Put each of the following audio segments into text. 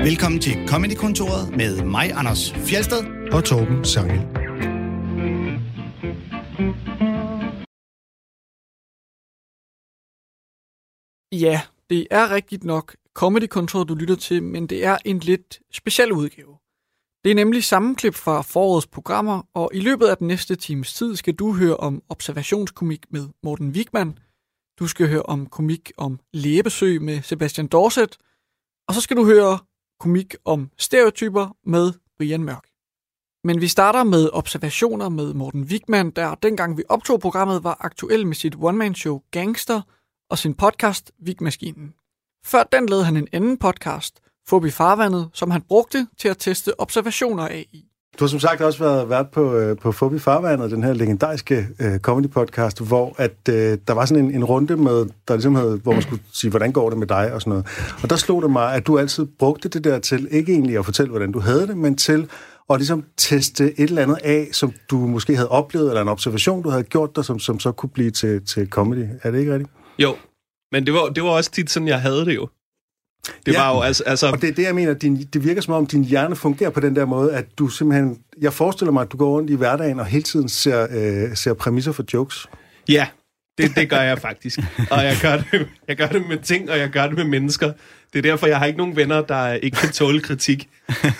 Velkommen til Comedy-kontoret med mig, Anders Fjeldsted og Torben Sangel. Ja, det er rigtigt nok Comedy-kontoret, du lytter til, men det er en lidt speciel udgave. Det er nemlig sammenklip fra forårets programmer, og i løbet af den næste times tid skal du høre om observationskomik med Morten Wigman. Du skal høre om komik om lægebesøg med Sebastian Dorset, og så skal du høre komik om stereotyper med Brian Mørk. Men vi starter med observationer med Morten Wigman, der dengang vi optog programmet var aktuel med sit one-man-show Gangster og sin podcast Wigmaskinen. Før den lavede han en anden podcast, Fup i farvandet, som han brugte til at teste observationer af i. Du har som sagt også været vært på Fup i farvandet, den her legendariske comedy-podcast, hvor at, der var sådan en runde, med, der ligesom havde, hvor man skulle sige, hvordan går det med dig og sådan noget. Og der slog det mig, at du altid brugte det der til, ikke egentlig at fortælle, hvordan du havde det, men til at ligesom teste et eller andet af, som du måske havde oplevet, eller en observation, du havde gjort dig, som så kunne blive til comedy. Er det ikke rigtigt? Jo, men det var også tit sådan, jeg havde det jo. Det var jo altså... Og det er det, jeg mener, det virker som om, din hjerne fungerer på den der måde, at du simpelthen... Jeg forestiller mig, at du går rundt i hverdagen og hele tiden ser præmisser for jokes. Ja, det gør jeg faktisk. Og jeg gør det med ting, og jeg gør det med mennesker. Det er derfor, jeg har ikke nogen venner, der ikke kan tåle kritik.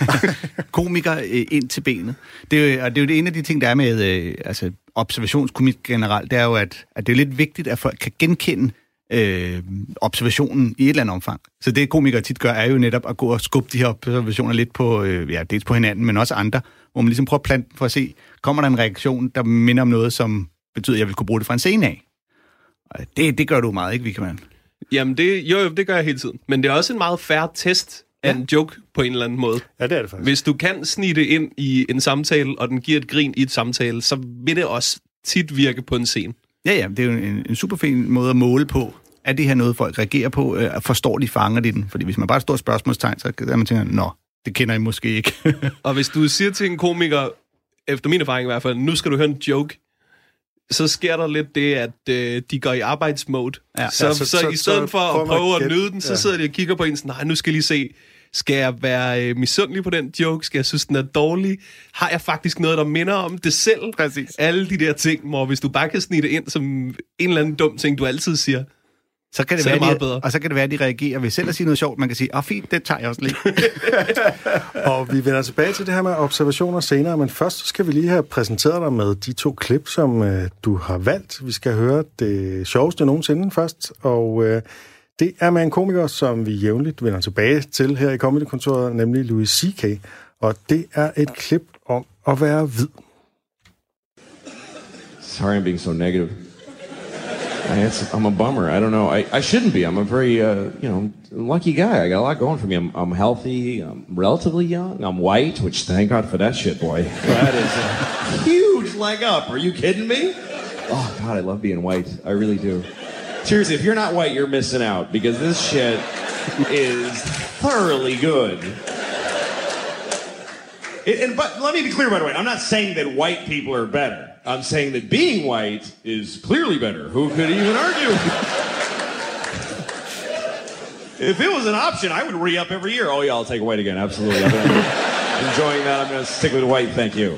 Komiker ind til benet. Det er jo en af de ting, der er med observationskomik generelt, det er jo, at det er lidt vigtigt, at folk kan genkende observationen i et eller andet omfang. Så det komikere tit gør, er jo netop at gå og skubbe de her observationer lidt på, dels på hinanden, men også andre, hvor man ligesom prøver at plante for at se, kommer der en reaktion, der minder om noget, som betyder, at jeg vil kunne bruge det fra en scene af. Og det gør du meget, ikke, Wigman? Jamen, det gør jeg hele tiden. Men det er også en meget fair test af en joke på en eller anden måde. Ja, det er det faktisk. Hvis du kan snige det ind i en samtale, og den giver et grin i et samtale, så vil det også tit virke på en scene. Ja, det er jo en super fin måde at måle på. Er det her noget, folk reagerer på? Forstår de, fanger de den? Fordi hvis man bare står spørgsmålstegn, så kan man tænke, nå, det kender I måske ikke. Og hvis du siger til en komiker, efter min erfaring i hvert fald, nu skal du høre en joke, så sker der lidt det, at de går i arbejdsmode. Ja. Så i stedet for at prøve at nyde den, så sidder de og kigger på en sådan, nej, nu skal jeg lige se, skal jeg være misundelig på den joke? Skal jeg synes, den er dårlig? Har jeg faktisk noget, der minder om det selv? Præcis. Alle de der ting, hvor hvis du bare kan snige det ind som en eller anden dum ting, du altid siger, så kan det være meget bedre. Og så kan det være, at de reagerer ved selv at sige noget sjovt. Man kan sige, fint, det tager jeg også lige. Og vi vender tilbage til det her med observationer senere, men først skal vi lige have præsenteret dig med de 2 klip, som du har valgt. Vi skal høre det sjoveste nogensinde først, og det er med en komiker, som vi jævnligt vender tilbage til her i Comedy-kontoret, nemlig Louis C.K., og det er et klip om at være hvid. Sorry I'm being so negative. I'm a bummer. I don't know. I shouldn't be. I'm a very, lucky guy. I got a lot going for me. I'm healthy. I'm relatively young. I'm white, which thank God for that shit, boy. That is a huge leg up. Are you kidding me? Oh, God, I love being white. I really do. Seriously, if you're not white, you're missing out because this shit is thoroughly good. But let me be clear, by the way. I'm not saying that white people are better. I'm saying that being white is clearly better. Who could even argue? If it was an option, I would re-up every year. Oh, yeah, I'll take white again. Absolutely. I'm enjoying that. I'm going to stick with white. Thank you.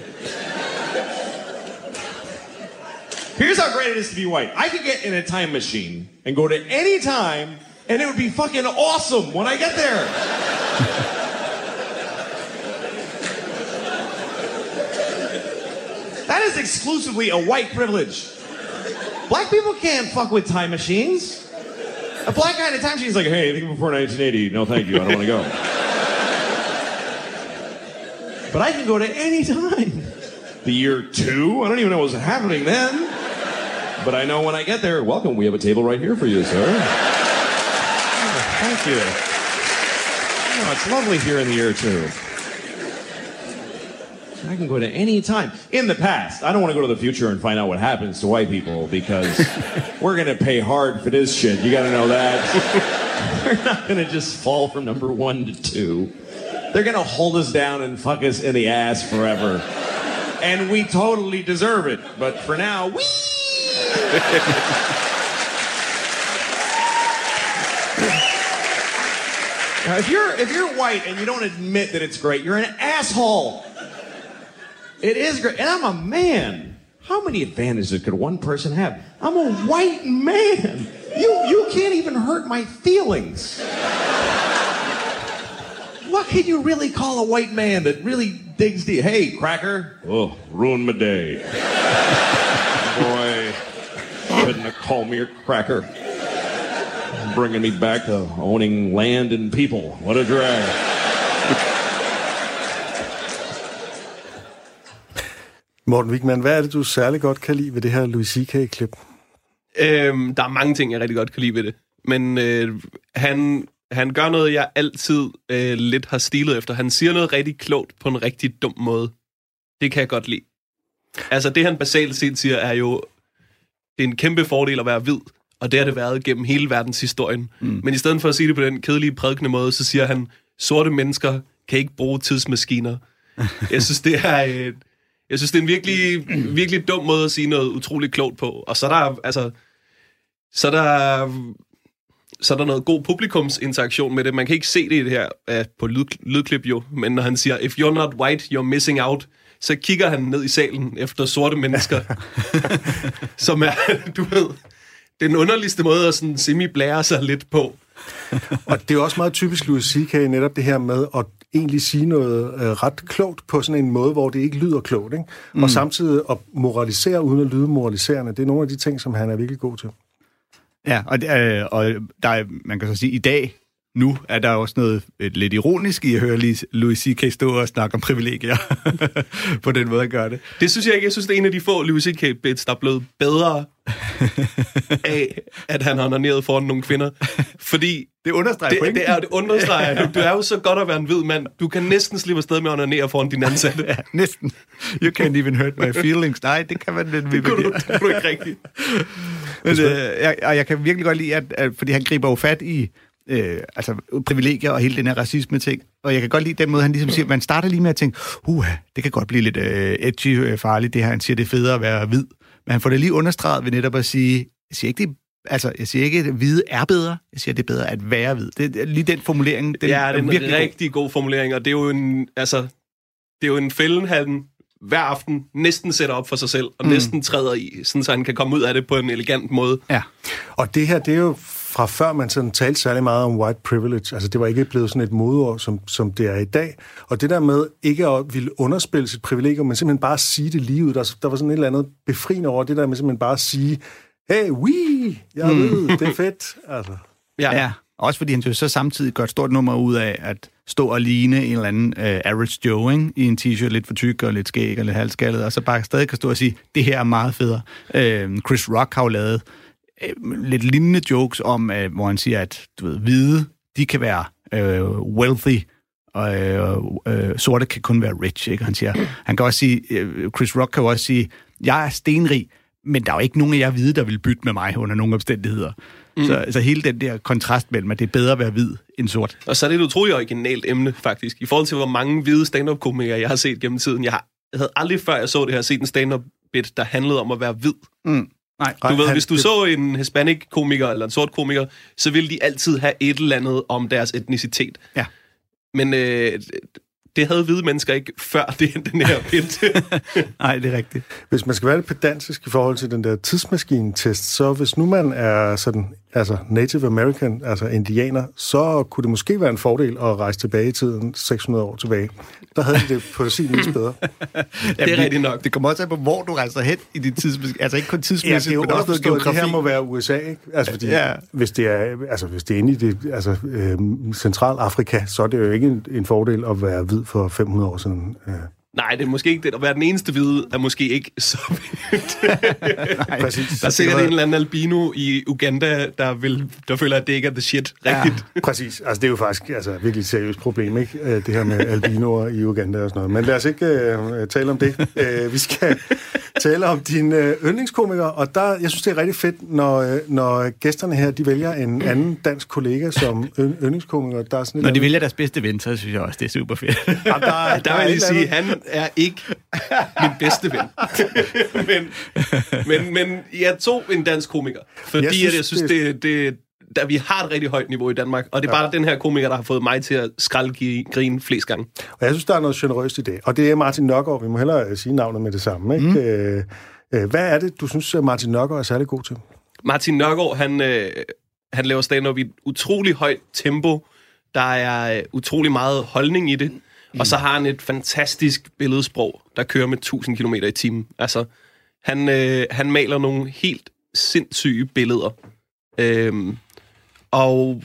Here's how great it is to be white. I could get in a time machine and go to any time, and it would be fucking awesome when I get there. That is exclusively a white privilege. Black people can't fuck with time machines. A black guy in a time machine is like, hey, anything before 1980? No, thank you. I don't want to go. But I can go to any time. The year 2? I don't even know what's happening then. But I know when I get there, welcome, we have a table right here for you, sir. Oh, thank you. Oh, it's lovely here in the year 2. I can go to any time. In the past, I don't want to go to the future and find out what happens to white people because we're going to pay hard for this shit. You got to know that. We're not going to just fall from number 1 to 2. They're going to hold us down and fuck us in the ass forever. And we totally deserve it. But for now, wee! Now, if you're white and you don't admit that it's great, you're an asshole. It is great. And I'm a man. How many advantages could one person have? I'm a white man. You can't even hurt my feelings. What can you really call a white man that really digs deep? Hey, cracker. Oh, ruined my day. Boy, couldn't have called me a cracker. Bringing me back to owning land and people. What a drag. Morten Wigman, hvad er det, du særlig godt kan lide ved det her Louis C.K.-klip? Der er mange ting, jeg rigtig godt kan lide ved det. Men han gør noget, jeg altid lidt har stilet efter. Han siger noget rigtig klogt på en rigtig dum måde. Det kan jeg godt lide. Altså, det han basalt set siger, er jo, det er en kæmpe fordel at være hvid. Og det har det været gennem hele verdenshistorien. Men i stedet for at sige det på den kedelige, prædikende måde, så siger han, sorte mennesker kan ikke bruge tidsmaskiner. Jeg synes, det er en virkelig, virkelig dum måde at sige noget utroligt klogt på. Og så er der noget god publikumsinteraktion med det. Man kan ikke se det i det her på lydklip jo, men når han siger, if you're not white, you're missing out, så kigger han ned i salen efter sorte mennesker, som er, du ved, den underligste måde at sådan semi-blære sig lidt på. Og det er også meget typisk Louis C.K. netop det her med at egentlig sige noget ret klogt på sådan en måde, hvor det ikke lyder klogt, ikke? Og samtidig at moralisere uden at lyde moraliserende. Det er nogle af de ting, som han er virkelig god til. Ja, og der er, man kan så sige, i dag, nu er der også noget lidt ironisk i at høre Louis C.K. stå og snakke om privilegier på den måde at gøre det. Det synes jeg ikke. Jeg synes, det er en af de få Louis C.K.-bits, der er blevet bedre af, at han har onaneret foran nogle kvinder. Fordi det understreger det understreger. Du er jo så godt at være en hvid mand. Du kan næsten slippe afsted med at onanere foran dine ansatte. Ja, næsten. You can't even hurt my feelings. Nej, det kan man lidt. Det kunne du ikke rigtigt. Men, jeg kan virkelig godt lide, at fordi han griber jo fat i privilegier og hele den her racisme-ting. Og jeg kan godt lide den måde, han ligesom siger, man starter lige med at tænke, det kan godt blive lidt edgy, farligt, det her. Han siger, det er federe at være hvid. Men han får det lige understreget ved netop at sige, jeg siger ikke, at hvide er bedre. Jeg siger, at det er bedre at være hvid. Det er lige den formulering. Det er en rigtig god formulering, og det er jo en fælden, han hver aften næsten sætter op for sig selv, og næsten træder i, sådan så han kan komme ud af det på en elegant måde. Ja, og det her, det er jo fra før man sådan talte særlig meget om white privilege. Altså, det var ikke blevet sådan et modeord, som det er i dag. Og det der med ikke at ville underspille sit privilegium, men simpelthen bare sige det lige ud. Der var sådan et eller andet befriende over det der med simpelthen bare at sige, hey, jeg ved, det er fedt. Altså. Ja, også fordi han jo så samtidig gør et stort nummer ud af at stå og ligne en eller anden average Joe, ikke? I en t-shirt, lidt for tyk og lidt skæg og lidt halvskaldet, og så bare stadig kan stå og sige, det her er meget federe. Chris Rock har jo lavet lidt lignende jokes om, hvor han siger, at hvide, de kan være wealthy, og sorte kan kun være rich, ikke? Han kan også sige, Chris Rock kan jo også sige, jeg er stenrig, men der er jo ikke nogen af jer hvide, der vil bytte med mig under nogle omstændigheder. Så hele den der kontrast mellem, at det er bedre at være hvid end sort. Og så er det et utroligt originalt emne, faktisk. I forhold til, hvor mange hvide stand-up-komikere, jeg har set gennem tiden. Jeg havde aldrig før, jeg så det her, set en stand-up-bit, der handlede om at være hvid. Nej. Du ved, hvis du så en hispanic-komiker eller en sort komiker, så ville de altid have et eller andet om deres etnicitet. Ja. Men det havde hvide mennesker ikke før den her bit. Nej, det er rigtigt. Hvis man skal være lidt pedantisk i forhold til den der tidsmaskinetest, så hvis nu man er sådan, altså Native American, altså indianer, så kunne det måske være en fordel at rejse tilbage i tiden 600 år tilbage. Der havde de det på sin vis bedre. Det er rigtigt nok. Det kommer også af på, hvor du rejser hen i dit tidsmaskine. Altså ikke kun tidsmæssigt, men også noget geografi. Det her må være USA, ikke? Altså fordi, hvis det er inde i det, Centralafrika, så er det jo ikke en fordel at være hvid for 500 år siden. Nej, det er måske ikke det. At være den eneste hvide er måske ikke så vildt. Præcis. Der er sikkert en eller anden albino i Uganda, der føler, at det ikke er the shit. Rigtigt. Ja, præcis. Altså, det er jo faktisk virkelig et seriøst problem, ikke? Det her med albinoer i Uganda og sådan noget. Men lad os ikke tale om det. Vi skal tale om dine yndlingskomiker, og jeg synes, det er rigtig fedt, når gæsterne her, de vælger en anden dansk kollega som yndlingskomiker. Der er sådan når de vælger deres bedste ven, så synes jeg også, det er super fedt. Jamen, der vil jeg sige, han er ikke min bedste ven. men jeg tog en dansk komiker, fordi jeg synes, da vi har et rigtig højt niveau i Danmark, og det er bare den her komiker, der har fået mig til at grine flest gange. Og jeg synes, der er noget generøst i det, og det er Martin Nørgaard. Vi må hellere sige navnet med det samme, ikke? Hvad er det, du synes, Martin Nørgaard er særlig god til? Martin Nørgaard, han laver stand-up i et utrolig højt tempo. Der er utrolig meget holdning i det. Og så har han et fantastisk billedsprog, der kører med 1000 km i timen. Altså, han maler nogle helt sindssyge billeder. Og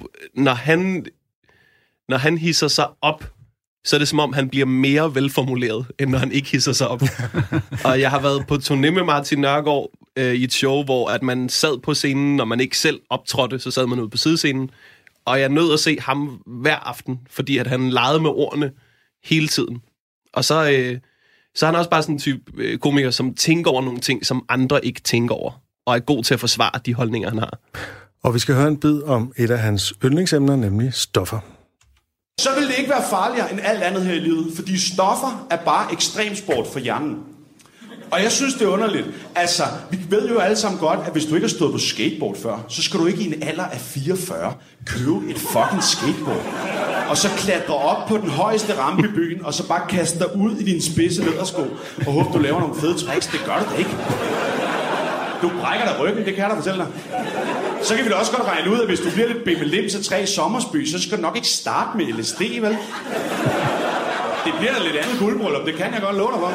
når han hisser sig op, så er det som om, han bliver mere velformuleret, end når han ikke hisser sig op. Og jeg har været på turné med Martin Nørgaard i et show, hvor at man sad på scenen, når man ikke selv optrådte, så sad man ude på sidescenen. Og jeg nød at se ham hver aften, fordi at han legede med ordene hele tiden. Og så er han også bare sådan en type komiker, som tænker over nogle ting, som andre ikke tænker over, og er god til at forsvare de holdninger, han har. Og vi skal høre en bid om et af hans yndlingsemner, nemlig stoffer. Så vil det ikke være farligere end alt andet her i livet, fordi stoffer er bare ekstremsport for hjernen. Og jeg synes, det er underligt. Altså, vi ved jo alle sammen godt, at hvis du ikke har stået på skateboard før, så skal du ikke i en alder af 44 købe et fucking skateboard. Og så klatre op på den højeste rampe i byen, og så bare kaste dig ud i din spidse lædersko, og håbe, du laver nogle fede tricks. Det gør du da ikke. Du brækker dig ryggen, det kan jeg da fortælle dig. Så kan vi da også godt regne ud, at hvis du bliver lidt bimmelim til 3 i Sommersby, så skal du nok ikke starte med LSD, vel? Det bliver da lidt andet guldbryllup, det kan jeg godt love dig for.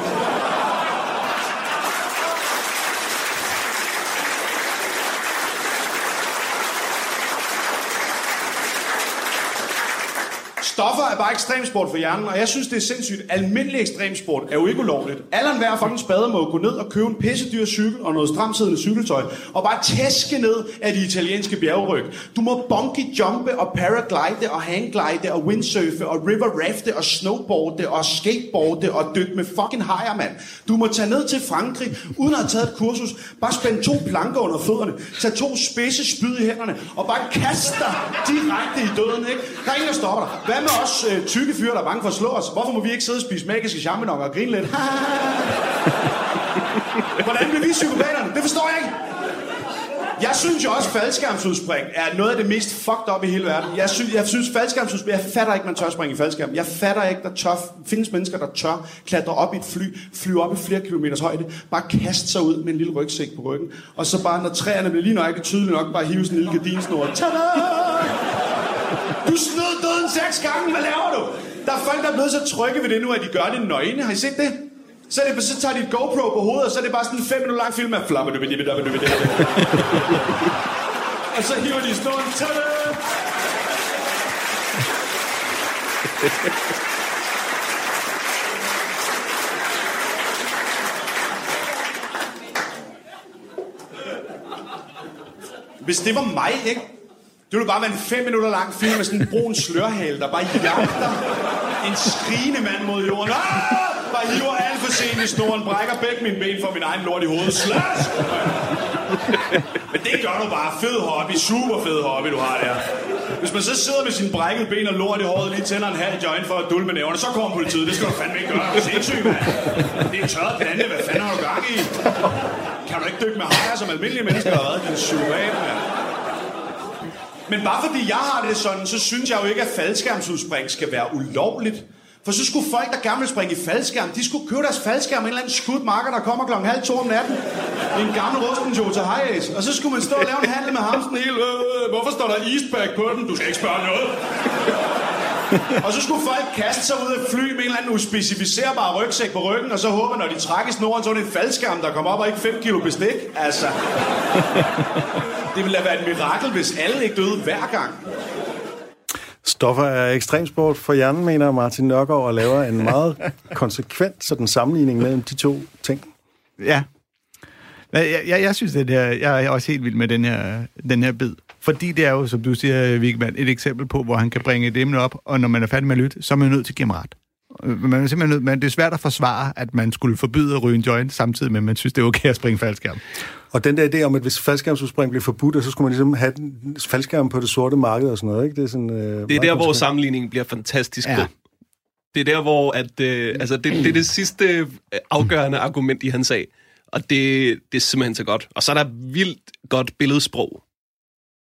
Stoffer er bare ekstremsport for hjernen, og jeg synes, det er sindssygt. Almindelig ekstremsport er jo ikke ulovligt. Alle hver fucking spade må gå ned og købe en pissedyr cykel og noget stramsiddende cykeltøj, og bare tæske ned af de italienske bjergryg. Du må bungee-jumpe og paraglide og hangglide og windsurfe og river rafte og snowboarde og skateboarde og dykke med fucking hajer, mand. Du må tage ned til Frankrig uden at have taget et kursus. Bare spænde 2 planker under fødderne, tage 2 spidse spyd i hænderne og bare kaste dig direkte i døden, ikke? Der er ingen, der stopper dig. Hvad med os tykke fyre, der er bange for at slå os? Hvorfor må vi ikke sidde og spise magiske champignoner og grine lidt? Hvordan bliver vi psykopaterne? Det forstår jeg ikke. Jeg synes jo også, faldskærmsudspring er noget af det mest fucked up i hele verden. Jeg synes faldskærmsudspring... Jeg fatter ikke, man tør springe i faldskærm. Jeg fatter ikke, der findes mennesker, der tør klatre op i et flyve op i flere kilometers højde, bare kaste sig ud med en lille rygsæk på ryggen, og så bare, når træerne bliver lige nøjagtigt tydeligt nok, bare hive sådan en lille gardinsnor. Tada! Du snød døden 6 gange, hvad laver du? Der er folk, der er blevet så trygge ved det nu, at de gør det nøgne. Har I set det? Så tager de et GoPro på hovedet, og så er det bare sådan en 5 minutter lang film af flamme. Og så hiver de snoren. Tada! Hvis det var mig, ikke? Det ville bare være en 5 minutter lang film med sådan en brun slørhale, der bare jagter en skrigende mand mod jorden. Bare hiver alt for sent i snoren, brækker begge mine ben for min egen lort i hovedet. Slash! Men det gør du bare. Fed hobby, super fed hobby, du har der. Hvis man så sidder med sine brækkede ben og lort i håret, lige tænder en halv joint for at dulme med næverne, så kommer politiet. Det skal du fandme ikke gøre. Det er sindssygt, mand. Det er en tørret plante. Hvad fanden har du gang i? Kan du ikke dykke med hajer som almindelige mennesker har været? Det er psykopat, mand. Men bare fordi jeg har det sådan, så synes jeg jo ikke, at faldskærmsudspring skal være ulovligt. For så skulle folk, der gerne vil springe i faldskærm, de skulle købe deres faldskærm med en eller anden skudt marker, der kommer 1:30 om natten. I en gammel rusten Toyota Hiace. Og så skulle man stå og lave en handel med ham sådan helt. Hvorfor står der Eastpak på den? Du skal ikke spørge noget. Og så skulle folk kaste sig ud af fly med en eller anden uspecificerbar rygsæk på ryggen, og så håber, når de træk i snoren, så er det en faldskærm, der kommer op og ikke 5 kilo bestik. Altså, det ville da være et mirakel, hvis alle ikke døde hver gang. Stoffer er ekstremsport for hjernen, mener Martin Nørgaard, og laver en meget konsekvent sådan sammenligning mellem de 2 ting. Ja. Jeg synes, at jeg er også helt vild med den her bid. Fordi det er jo, som du siger, Vigman, et eksempel på, hvor han kan bringe et emne op, og når man er færdig med at lytte, så er man nødt til at give ham ret. Man er simpelthen men det er svært at forsvare, at man skulle forbyde at ryge en joint, samtidig med, at man synes, det er okay at springe faldskærm. Og den der idé om, at hvis faldskærmsudspring bliver forbudt, så skulle man ligesom have faldskærm på det sorte marked og sådan noget, ikke? Det er, sådan, det er der, hvor sammenligningen bliver fantastisk god. Ja. Det er der, hvor at, det er det sidste afgørende argument i hans sag. Og det er simpelthen så godt. Og så er der vildt godt billedsprog.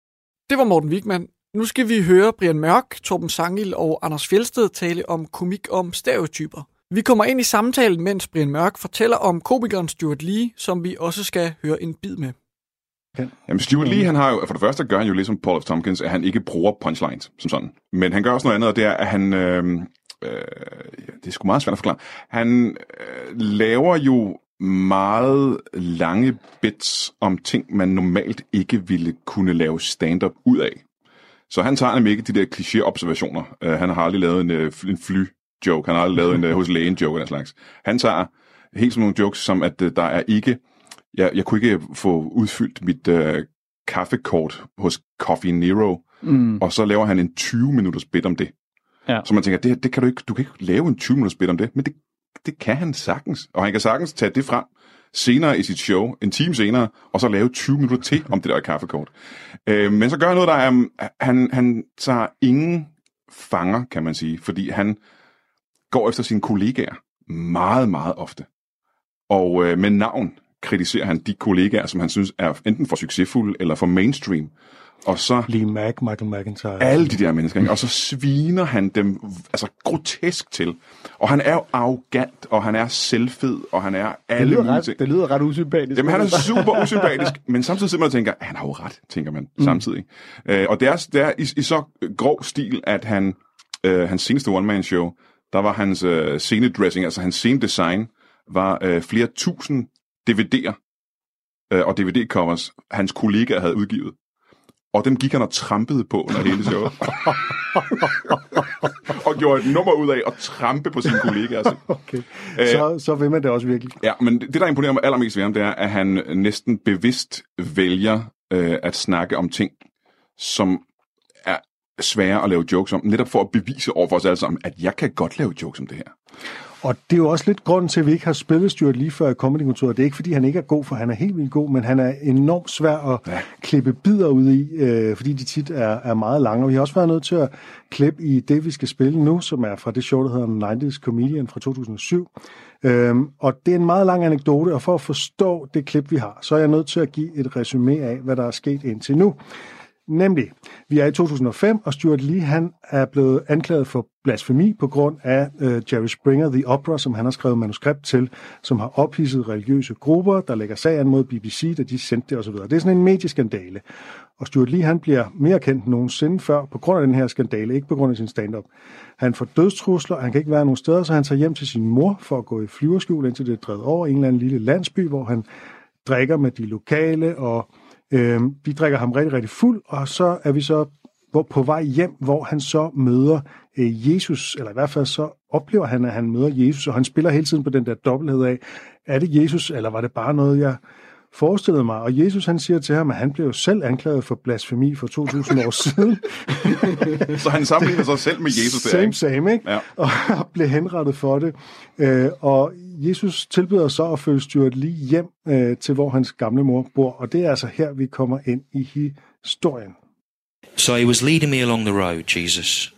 Det var Morten Wigman. Nu skal vi høre Brian Mørk, Torben Sangil og Anders Fjeldsted tale om komik om stereotyper. Vi kommer ind i samtalen, mens Brian Mørk fortæller om komikeren Stuart Lee, som vi også skal høre en bid med. Jamen, Stuart Lee, han har jo, for det første gør han jo ligesom Paul F. Tompkins, at han ikke bruger punchlines som sådan. Men han gør også noget andet, og det er, at han... det er sgu meget svært at forklare. Han laver jo meget lange bits om ting, man normalt ikke ville kunne lave stand-up ud af. Så han tager nemlig ikke de der kliché-observationer. Han har aldrig lavet en fly-joke. Han har aldrig lavet en hos lægen-joke eller slags. Han tager helt som nogle jokes, som at der er ikke... Jeg kunne ikke få udfyldt mit kaffekort hos Coffee Nero, og så laver han en 20-minutters bit om det. Ja. Så man tænker, det kan du kan ikke lave en 20-minutters bit om det, men det kan han sagtens. Og han kan sagtens tage det frem senere i sit show, en time senere, og så lave 20 minutter til om det der kaffekort. Men så gør han noget, der er... Han tager ingen fanger, kan man sige, fordi han går efter sine kollegaer meget, meget ofte. Og med navn kritiserer han de kollegaer, som han synes er enten for succesfulde eller for mainstream. Og så Lee Mack, Michael McIntyre. Alle de der mennesker, ikke? Og så sviner han dem altså grotesk til. Og han er jo arrogant, og han er selvfed, og han er alle mulige ting. Det lyder ret usympatisk. Jamen, han er super usympatisk, men samtidig sidder man og tænker, han har jo ret, tænker man samtidig. Og det er i så grov stil, at hans seneste one-man-show, der var hans scenedressing, altså hans scenedesign, var flere tusind DVD'er og DVD-covers, hans kollegaer havde udgivet. Og dem gik han og trampede på under hele showet. Og gjorde et nummer ud af at trampe på sine kollegaer. Okay. Så vil man det også virkelig. Ja, men det, der imponerer mig allermest ved ham, det er, at han næsten bevidst vælger at snakke om ting, som er svære at lave jokes om, netop for at bevise over for os alle sammen, at jeg kan godt lave jokes om det her. Og det er jo også lidt grunden til, at vi ikke har spillet Stuart Lee før i Comedy-kontoret. Det er ikke, fordi han ikke er god, for han er helt vildt god, men han er enormt svær at klippe bidder ud i, fordi de tit er meget lange. Og vi har også været nødt til at klippe i det, vi skal spille nu, som er fra det show, der hedder 90's Comedian fra 2007. Og det er en meget lang anekdote, og for at forstå det klip, vi har, så er jeg nødt til at give et resumé af, hvad der er sket indtil nu. Nemlig, vi er i 2005, og Stuart Lee, han er blevet anklaget for blasfemi på grund af Jerry Springer, The Opera, som han har skrevet manuskript til, som har ophidset religiøse grupper, der lægger sag an mod BBC, da de sendte det osv. Det er sådan en medieskandale. Og Stuart Lee, han bliver mere kendt end nogensinde før på grund af den her skandale, ikke på grund af sin stand-up. Han får dødstrusler, han kan ikke være nogen steder, så han tager hjem til sin mor for at gå i flyverskjul, indtil det er drevet over i en eller anden lille landsby, hvor han drikker med de lokale, og de drikker ham rigtig, rigtig fuld, og så er vi så på vej hjem, hvor han så møder Jesus, eller i hvert fald så oplever han, at han møder Jesus, og han spiller hele tiden på den der dobbelthed af, er det Jesus, eller var det bare noget, jeg forestillede mig? Og Jesus, han siger til ham, at han blev jo selv anklaget for blasfemi for 2000 år siden. Så han sammenligner sig selv med Jesus der, Same, ikke? Ja. Og blev henrettet for det. Og Jesus tilbyder så at følge Stuart Lee hjem til, hvor hans gamle mor bor. Og det er altså her, vi kommer ind i historien. So he was leading me along the road, Jesus.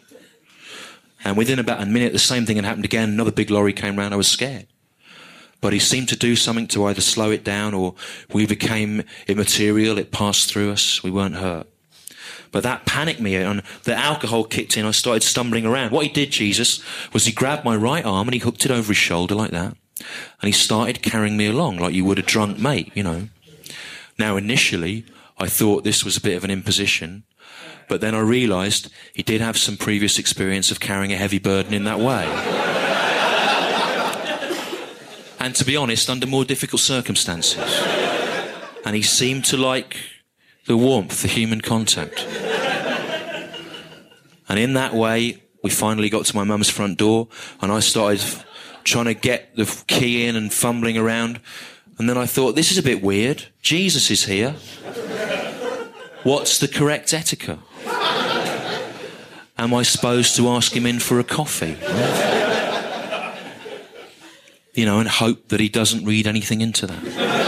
And within about a minute, the same thing had happened again. Another big lorry came round. I was scared. But he seemed to do something to either slow it down or we became immaterial. It passed through us. We weren't hurt. But that panicked me, and the alcohol kicked in. I started stumbling around. What he did, Jesus, was he grabbed my right arm and he hooked it over his shoulder like that. And he started carrying me along like you would a drunk mate, you know. Now, initially, I thought this was a bit of an imposition. But then I realised he did have some previous experience of carrying a heavy burden in that way. And to be honest, under more difficult circumstances. And he seemed to like the warmth, the human contact. And in that way, we finally got to my mum's front door, and I started trying to get the key in and fumbling around. And then I thought, this is a bit weird. Jesus is here. What's the correct etiquette? Am I supposed to ask him in for a coffee? You know, and hope that he doesn't read anything into that.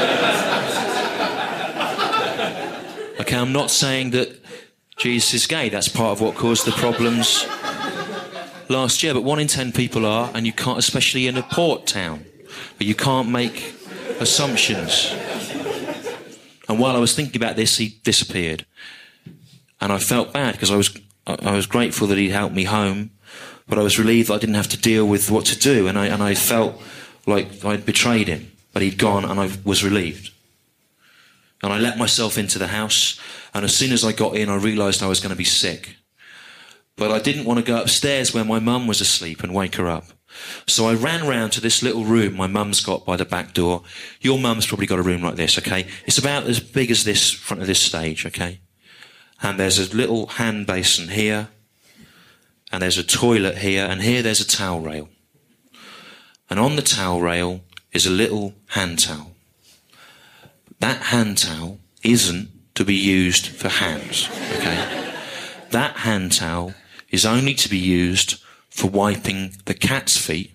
Okay, I'm not saying that Jesus is gay. That's part of what caused the problems last year. But 1 in 10 people are, and you can't, especially in a port town, but you can't make assumptions. And while I was thinking about this, he disappeared. And I felt bad because I was grateful that he'd helped me home, but I was relieved that I didn't have to deal with what to do, and I felt like I'd betrayed him, but he'd gone, and I was relieved. And I let myself into the house, and as soon as I got in, I realised I was going to be sick. But I didn't want to go upstairs where my mum was asleep and wake her up. So I ran round to this little room my mum's got by the back door. Your mum's probably got a room like this, okay? It's about as big as this, front of this stage, okay? And there's a little hand basin here, and there's a toilet here, and here there's a towel rail. And on the towel rail is a little hand towel. That hand towel isn't to be used for hands, okay? That hand towel is only to be used for wiping the cat's feet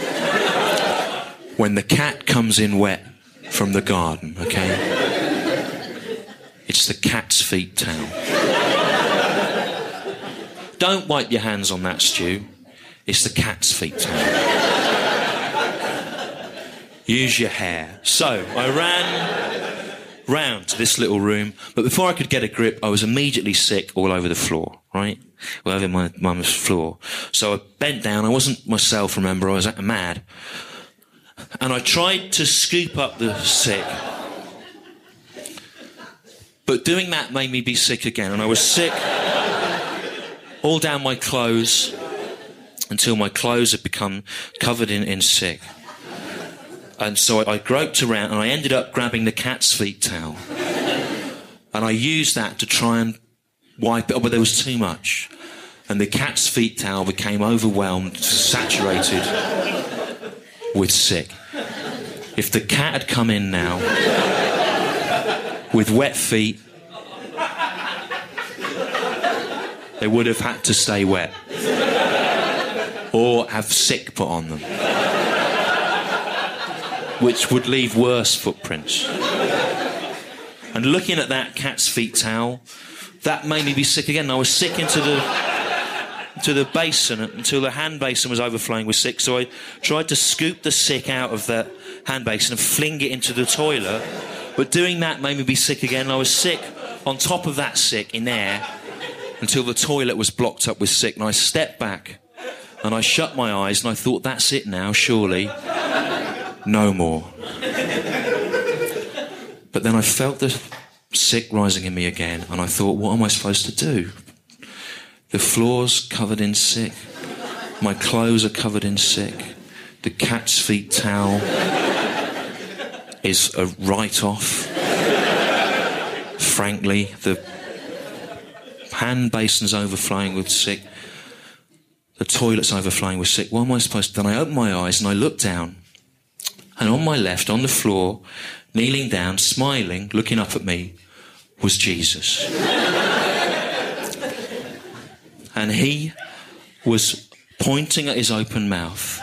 when the cat comes in wet from the garden, okay? It's the cat's feet towel. Don't wipe your hands on that, Stu. It's the cat's feet towel. Use your hair. So I ran round to this little room, but before I could get a grip, I was immediately sick all over the floor, right? All over my mum's floor. So I bent down. I wasn't myself, remember. I was mad. And I tried to scoop up the sick. But doing that made me be sick again. And I was sick all down my clothes until my clothes had become covered in sick. And so I groped around and I ended up grabbing the cat's feet towel. And I used that to try and wipe it up, but there was too much. And the cat's feet towel became overwhelmed, saturated with sick. If the cat had come in now with wet feet, they would have had to stay wet or have sick put on them, which would leave worse footprints. And looking at that cat's feet towel, that made me be sick again. I was sick into the basin until the hand basin was overflowing with sick. So I tried to scoop the sick out of the hand basin and fling it into the toilet. But doing that made me be sick again. I was sick on top of that sick in air until the toilet was blocked up with sick. And I stepped back and I shut my eyes and I thought, that's it now, surely. No more. But then I felt the sick rising in me again, and I thought, what am I supposed to do? The floor's covered in sick. My clothes are covered in sick. The cat's feet towel is a write-off. Frankly, the hand basin's overflowing with sick. The toilet's overflowing with sick. What am I supposed to do? Then I opened my eyes and I looked down. And on my left, on the floor, kneeling down, smiling, looking up at me, was Jesus. And he was pointing at his open mouth.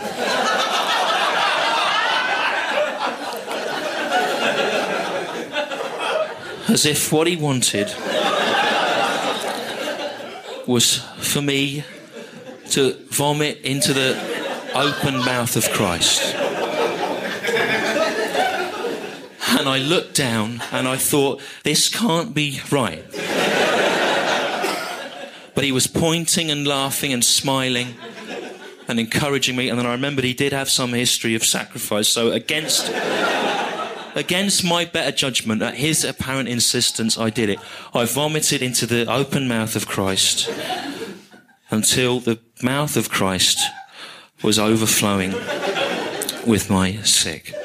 As if what he wanted was for me to vomit into the open mouth of Christ. And I looked down and I thought, this can't be right. But he was pointing and laughing and smiling and encouraging me. And then I remembered he did have some history of sacrifice. So against my better judgment, at his apparent insistence, I did it. I vomited into the open mouth of Christ until the mouth of Christ was overflowing with my sick.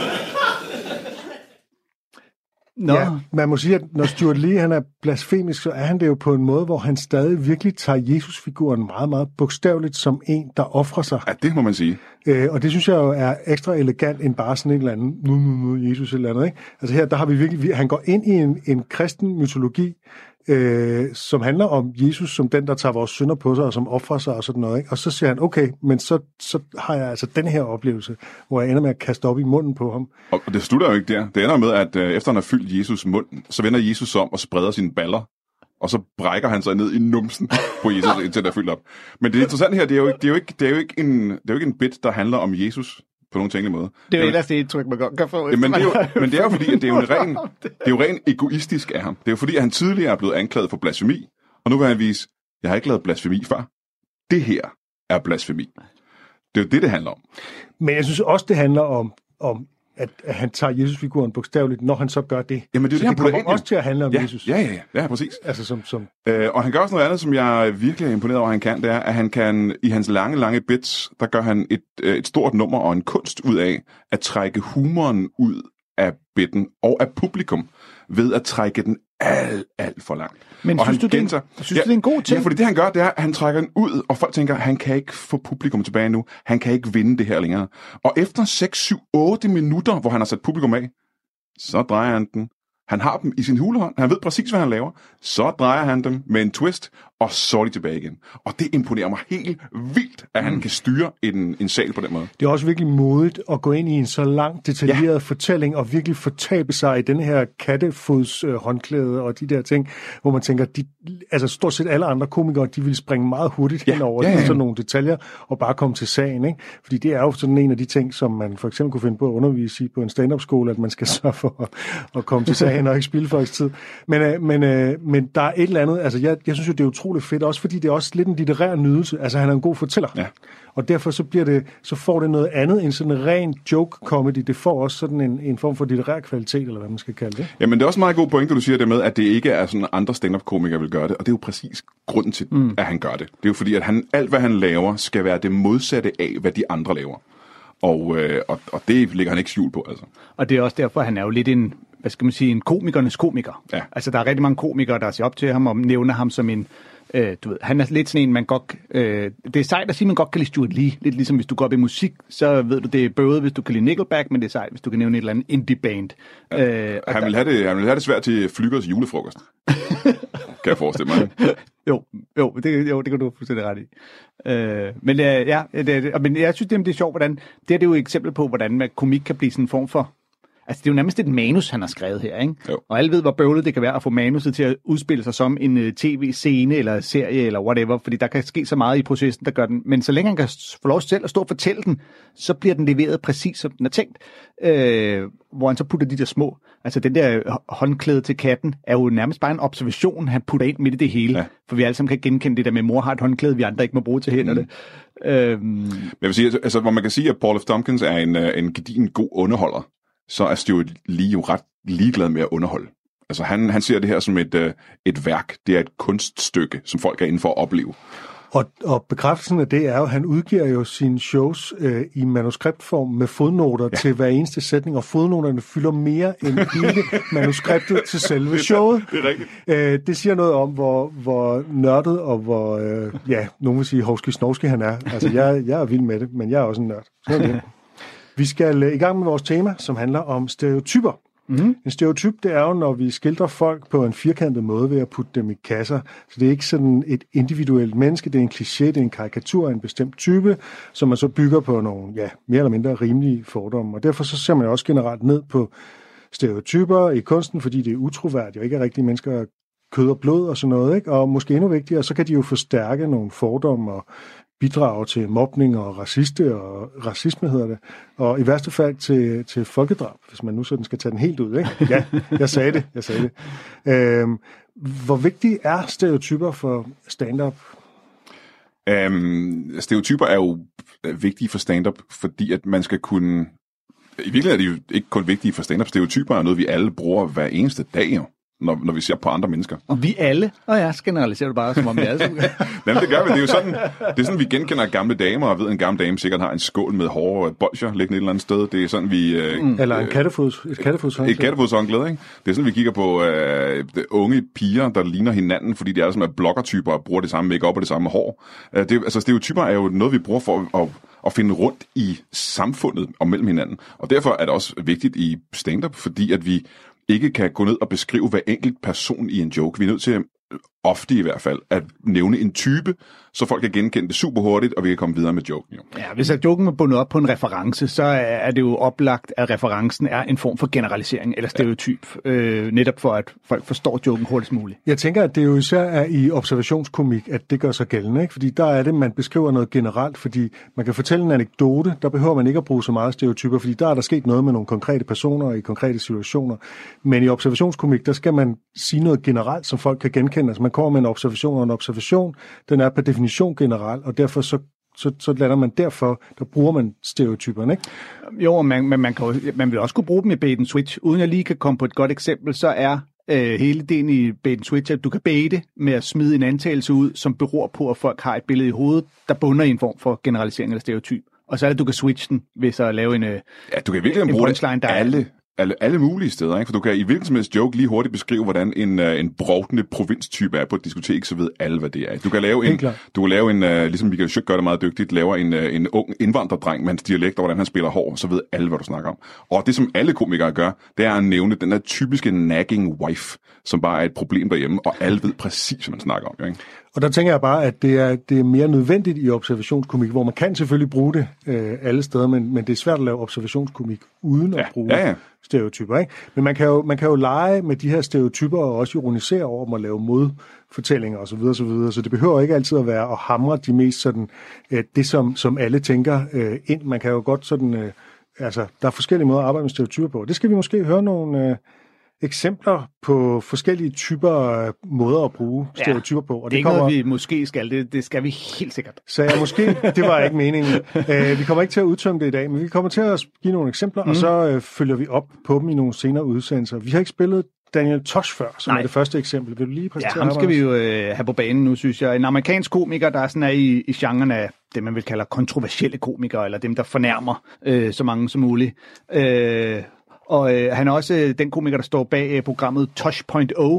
No. Ja, man må sige, at når Stuart Lee han er blasfemisk, så er han det jo på en måde, hvor han stadig virkelig tager Jesus-figuren meget, meget bogstaveligt som en, der offrer sig. Ja, det må man sige. Og det synes jeg jo er ekstra elegant, end bare sådan en eller anden, nu Jesus eller andet, ikke? Altså her, der har vi virkelig, han går ind i en kristen mytologi, som handler om Jesus som den, der tager vores synder på sig, og som offrer sig og sådan noget, ikke? Og så siger han, okay, men så har jeg altså den her oplevelse, hvor jeg ender med at kaste op i munden på ham. Og det slutter jo ikke der. Det ender med, at efter han har fyldt Jesus munden, så vender Jesus om og spreder sine baller, og så brækker han sig ned i numsen på Jesus, indtil der er fyldt op. Men det interessante her, det er jo ikke en bit, der handler om Jesus på nogen tænkelig måde. Det er jo ellers det indtryk, man godt kan få. Ja, men det er jo fordi, at det er jo ren egoistisk af ham. Det er jo fordi, at han tidligere er blevet anklaget for blasfemi, Og nu vil han vise, jeg har ikke lavet blasfemi før. Det her er blasfemi. Det er jo det handler om. Men jeg synes også, det handler om at han tager Jesus-figuren bogstaveligt, når han så gør det. Jamen, det er så det kommer også til at handle om Jesus. Ja, præcis. Altså som... Og han gør også noget andet, som jeg virkelig er imponeret over, han kan, det er, at han kan, i hans lange bits, der gør han et stort nummer og en kunst ud af at trække humoren ud af bitten og af publikum, ved at trække den alt for langt. Men og synes du, det er en god ting? Ja, fordi det han gør, det er, at han trækker den ud, og folk tænker, han kan ikke få publikum tilbage nu. Han kan ikke vinde det her længere. Og efter 6, 7, 8 minutter, hvor han har sat publikum af, så drejer han den. Han har dem i sin hulehånd. Han ved præcis, hvad han laver. Så drejer han dem med en twist, og så er de tilbage igen. Og det imponerer mig helt vildt, at han kan styre en sal på den måde. Det er også virkelig modigt at gå ind i en så lang, detaljeret fortælling, og virkelig fortabe sig i den her kattefods håndklæde og de der ting, hvor man tænker, altså stort set alle andre komikere, de vil springe meget hurtigt hen over sådan nogle detaljer, og bare komme til sagen, ikke? Fordi det er jo sådan en af de ting, som man for eksempel kunne finde på at undervise i på en stand-up-skole, at man skal sørge for at komme til sagen og ikke spilde folks tid. Men der er et eller andet, altså jeg synes jo, det er utroligt fedt, også fordi det er også lidt en litterær nydelse. Altså han er en god fortæller. Ja. Og derfor så får det noget andet end sådan en ren joke-comedy. Det får også sådan en form for litterær kvalitet, eller hvad man skal kalde det. Jamen det er også meget god pointe, du siger det med, at det ikke er sådan, andre stand-up-komikere vil gøre det. Og det er jo præcis grunden til, at han gør det. Det er jo fordi, at alt hvad han laver, skal være det modsatte af, hvad de andre laver. Og det lægger han ikke skjul på, altså. Og det er også derfor, han er jo lidt en, hvad skal man sige, en komikernes komiker. Ja. Altså der er rigtig mange komikere, der ser op til ham og nævner ham som en, du ved, han er lidt sådan en, man godt, det er sejt at sige, man godt kan lide Stuart Lee. Lidt ligesom hvis du går op i musik, så ved du, det er bøvet, hvis du kan lide Nickelback, men det er sejt, hvis du kan nævne et eller andet indie-band. Ja. Han vil have det svært til Flygers julefrokost. Kan jeg forestille mig. Jo, det kan du fuldstændig ret i. Men jeg synes, det er sjovt, hvordan, det er jo et eksempel på, hvordan komik kan blive sådan en form for. Altså, det er jo nærmest et manus, han har skrevet her, ikke? Jo. Og alle ved, hvor bøvlet det kan være at få manuset til at udspille sig som en tv-scene eller serie eller whatever, fordi der kan ske så meget i processen, der gør den. Men så længe han kan få lov selv at stå og fortælle den, så bliver den leveret præcis, som den er tænkt. Hvor han så putter de der små. Altså, den der håndklæde til katten er jo nærmest bare en observation, han putter ind midt i det hele. Ja. For vi alle sammen kan genkende det der med, mor har et håndklæde, vi andre ikke må bruge til hænderne. Men jeg vil sige, altså, hvor man kan sige, at Paul F. Tompkins er en gedigen god underholder, så er Stuart Lee jo ret ligeglad med at underholde. Altså han ser det her som et værk. Det er et kunststykke, som folk er inde for at opleve. Og bekræftelsen af det er jo, at han udgiver jo sine shows i manuskriptform med fodnoter til hver eneste sætning, og fodnoterne fylder mere end hele manuskriptet til selve showet. Det er rigtigt. Det siger noget om, hvor nørdet og hvor, nogen vil sige, hovski-snovski han er. Altså jeg er vild med det, men jeg er også en nørd. Sådan er det. Vi skal i gang med vores tema, som handler om stereotyper. Mm-hmm. En stereotyp, det er jo, når vi skildrer folk på en firkantet måde ved at putte dem i kasser. Så det er ikke sådan et individuelt menneske, det er en kliché, det er en karikatur af en bestemt type, som man så bygger på nogle, mere eller mindre rimelige fordomme. Og derfor så ser man også generelt ned på stereotyper i kunsten, fordi det er utroværdigt og ikke er rigtige mennesker, kød og blod og sådan noget, ikke? Og måske endnu vigtigere, så kan de jo forstærke nogle fordomme og bidrage til mobning og racisme hedder det, og i værste fald til folkedrab, hvis man nu sådan skal tage den helt ud, ikke? Ja, jeg sagde det. Hvor vigtige er stereotyper for stand-up? Stereotyper er jo vigtige for stand-up, fordi at man skal kunne. I virkeligheden er det jo ikke kun vigtige for stand-up. Stereotyper er noget, vi alle bruger hver eneste dag, jo. Når vi ser på andre mennesker. Og vi alle? Generaliserer du bare, som om vi alle. Jamen, det gør vi. Det er sådan, vi genkender gamle damer, og ved, en gammel dame sikkert har en skål med hårde bolsjer liggende et eller andet sted. Det er sådan, vi. Eller et kattefodshåndklæde. Et kattefodshåndklæde, ikke? Det er sådan, vi kigger på unge piger, der ligner hinanden, fordi de alle sammen er bloggertyper og bruger det samme make-up og det samme hår. Stereotyper er jo noget, vi bruger for at finde rundt i samfundet og mellem hinanden. Og derfor er det også vigtigt i stand-up, fordi at vi ikke kan gå ned og beskrive hver enkelt person i en joke. Vi er nødt til, ofte i hvert fald, at nævne en type, så folk kan genkende det super hurtigt, og vi kan komme videre med joken. Jo. Ja, hvis joken er bundet op på en reference, så er det jo oplagt, at referencen er en form for generalisering eller stereotyp. Netop for, at folk forstår joken hurtigst muligt. Jeg tænker, at det jo især er i observationskomik, at det gør sig gældende, ikke? Fordi der er det, man beskriver noget generelt, fordi man kan fortælle en anekdote, der behøver man ikke at bruge så meget stereotyper, fordi der er der sket noget med nogle konkrete personer i konkrete situationer. Men i observationskomik, der skal man sige noget generelt, som folk kan genkende. Altså man kommer med en observation, og en observation, den er per definition generel, og derfor så lander man derfor, der bruger man stereotyperne, ikke? Jo, men man vil også kunne bruge dem i bait and switch. Uden jeg lige kan komme på et godt eksempel, så er hele delen i bait and switch, at du kan baite med at smide en antagelse ud, som beror på, at folk har et billede i hovedet, der bunder i en form for generalisering eller stereotyp. Og så er det, du kan switch den, ved så at lave en du kan virkelig bruge punchline, der alle mulige steder, ikke? For du kan i hvilken som helst joke lige hurtigt beskrive, hvordan en brovtende provinstype er på et diskotek, så ved alle, hvad det er. Du kan lave en ligesom Michael Schick gør det meget dygtigt, laver en ung indvandrerdreng med hans dialekt, og hvordan han spiller hår, så ved alle, hvad du snakker om. Og det, som alle komikere gør, det er at nævne den der typiske nagging wife, som bare er et problem derhjemme, og alle ved præcis, hvad man snakker om, ikke? Og der tænker jeg bare, at det er mere nødvendigt i observationskomik, hvor man kan selvfølgelig bruge det alle steder, men det er svært at lave observationskomik uden at bruge stereotyper, ikke? Men man kan jo lege med de her stereotyper og også ironisere over dem og lave modfortællinger osv. Så det behøver ikke altid at være at hamre de mest sådan, det som alle tænker ind. Man kan jo godt sådan, der er forskellige måder at arbejde med stereotyper på. Det skal vi måske høre nogle eksempler på forskellige typer måder at bruge stereotyper på. Og det er ikke noget, vi måske skal. Det skal vi helt sikkert. Så måske, det var ikke meningen. Vi kommer ikke til at udtømme det i dag, men vi kommer til at give nogle eksempler, og så følger vi op på dem i nogle senere udsendelser. Vi har ikke spillet Daniel Tosh før, som er det første eksempel. Vil du lige præsentere ham? Ja, ham skal vi jo have på banen nu, synes jeg. En amerikansk komiker, der sådan er i genren af det, man vil kalde kontroversielle komikere, eller dem, der fornærmer så mange som muligt. Og han er også den komiker, der står bag programmet Tosh.0,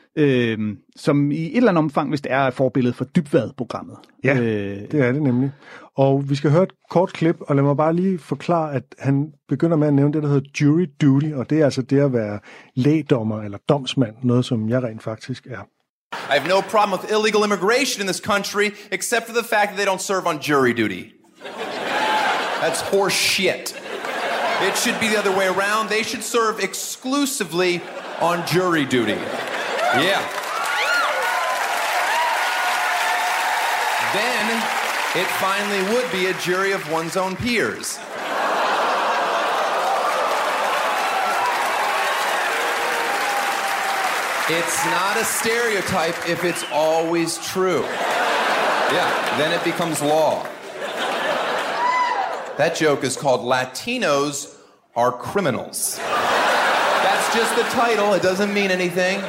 som i et eller andet omfang, hvis det er forbilledet for Dybvad-programmet. Ja, det er det nemlig. Og vi skal høre et kort klip, og lad mig bare lige forklare, at han begynder med at nævne det, der hedder jury duty, og det er altså det at være lægdommer eller domsmand, noget som jeg rent faktisk er. I have no problem with illegal immigration in this country, except for the fact that they don't serve on jury duty. That's horse shit. It should be the other way around. They should serve exclusively on jury duty. Yeah. Then it finally would be a jury of one's own peers. It's not a stereotype if it's always true. Yeah, then it becomes law. That joke is called Latinos Are Criminals. That's just the title. It doesn't mean anything.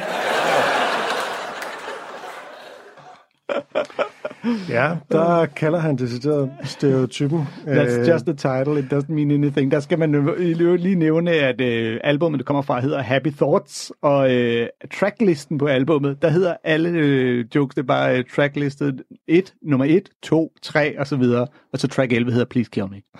Ja, der kalder han decideret stereotypen. That's just the title. It doesn't mean anything. Der skal man lige nævne, at albumet, det kommer fra, hedder Happy Thoughts, og tracklisten på albumet, der hedder alle jokes, det er bare tracklistet 1, nummer 1, 2, 3 og så videre, og så track 11 hedder Please Kill Me.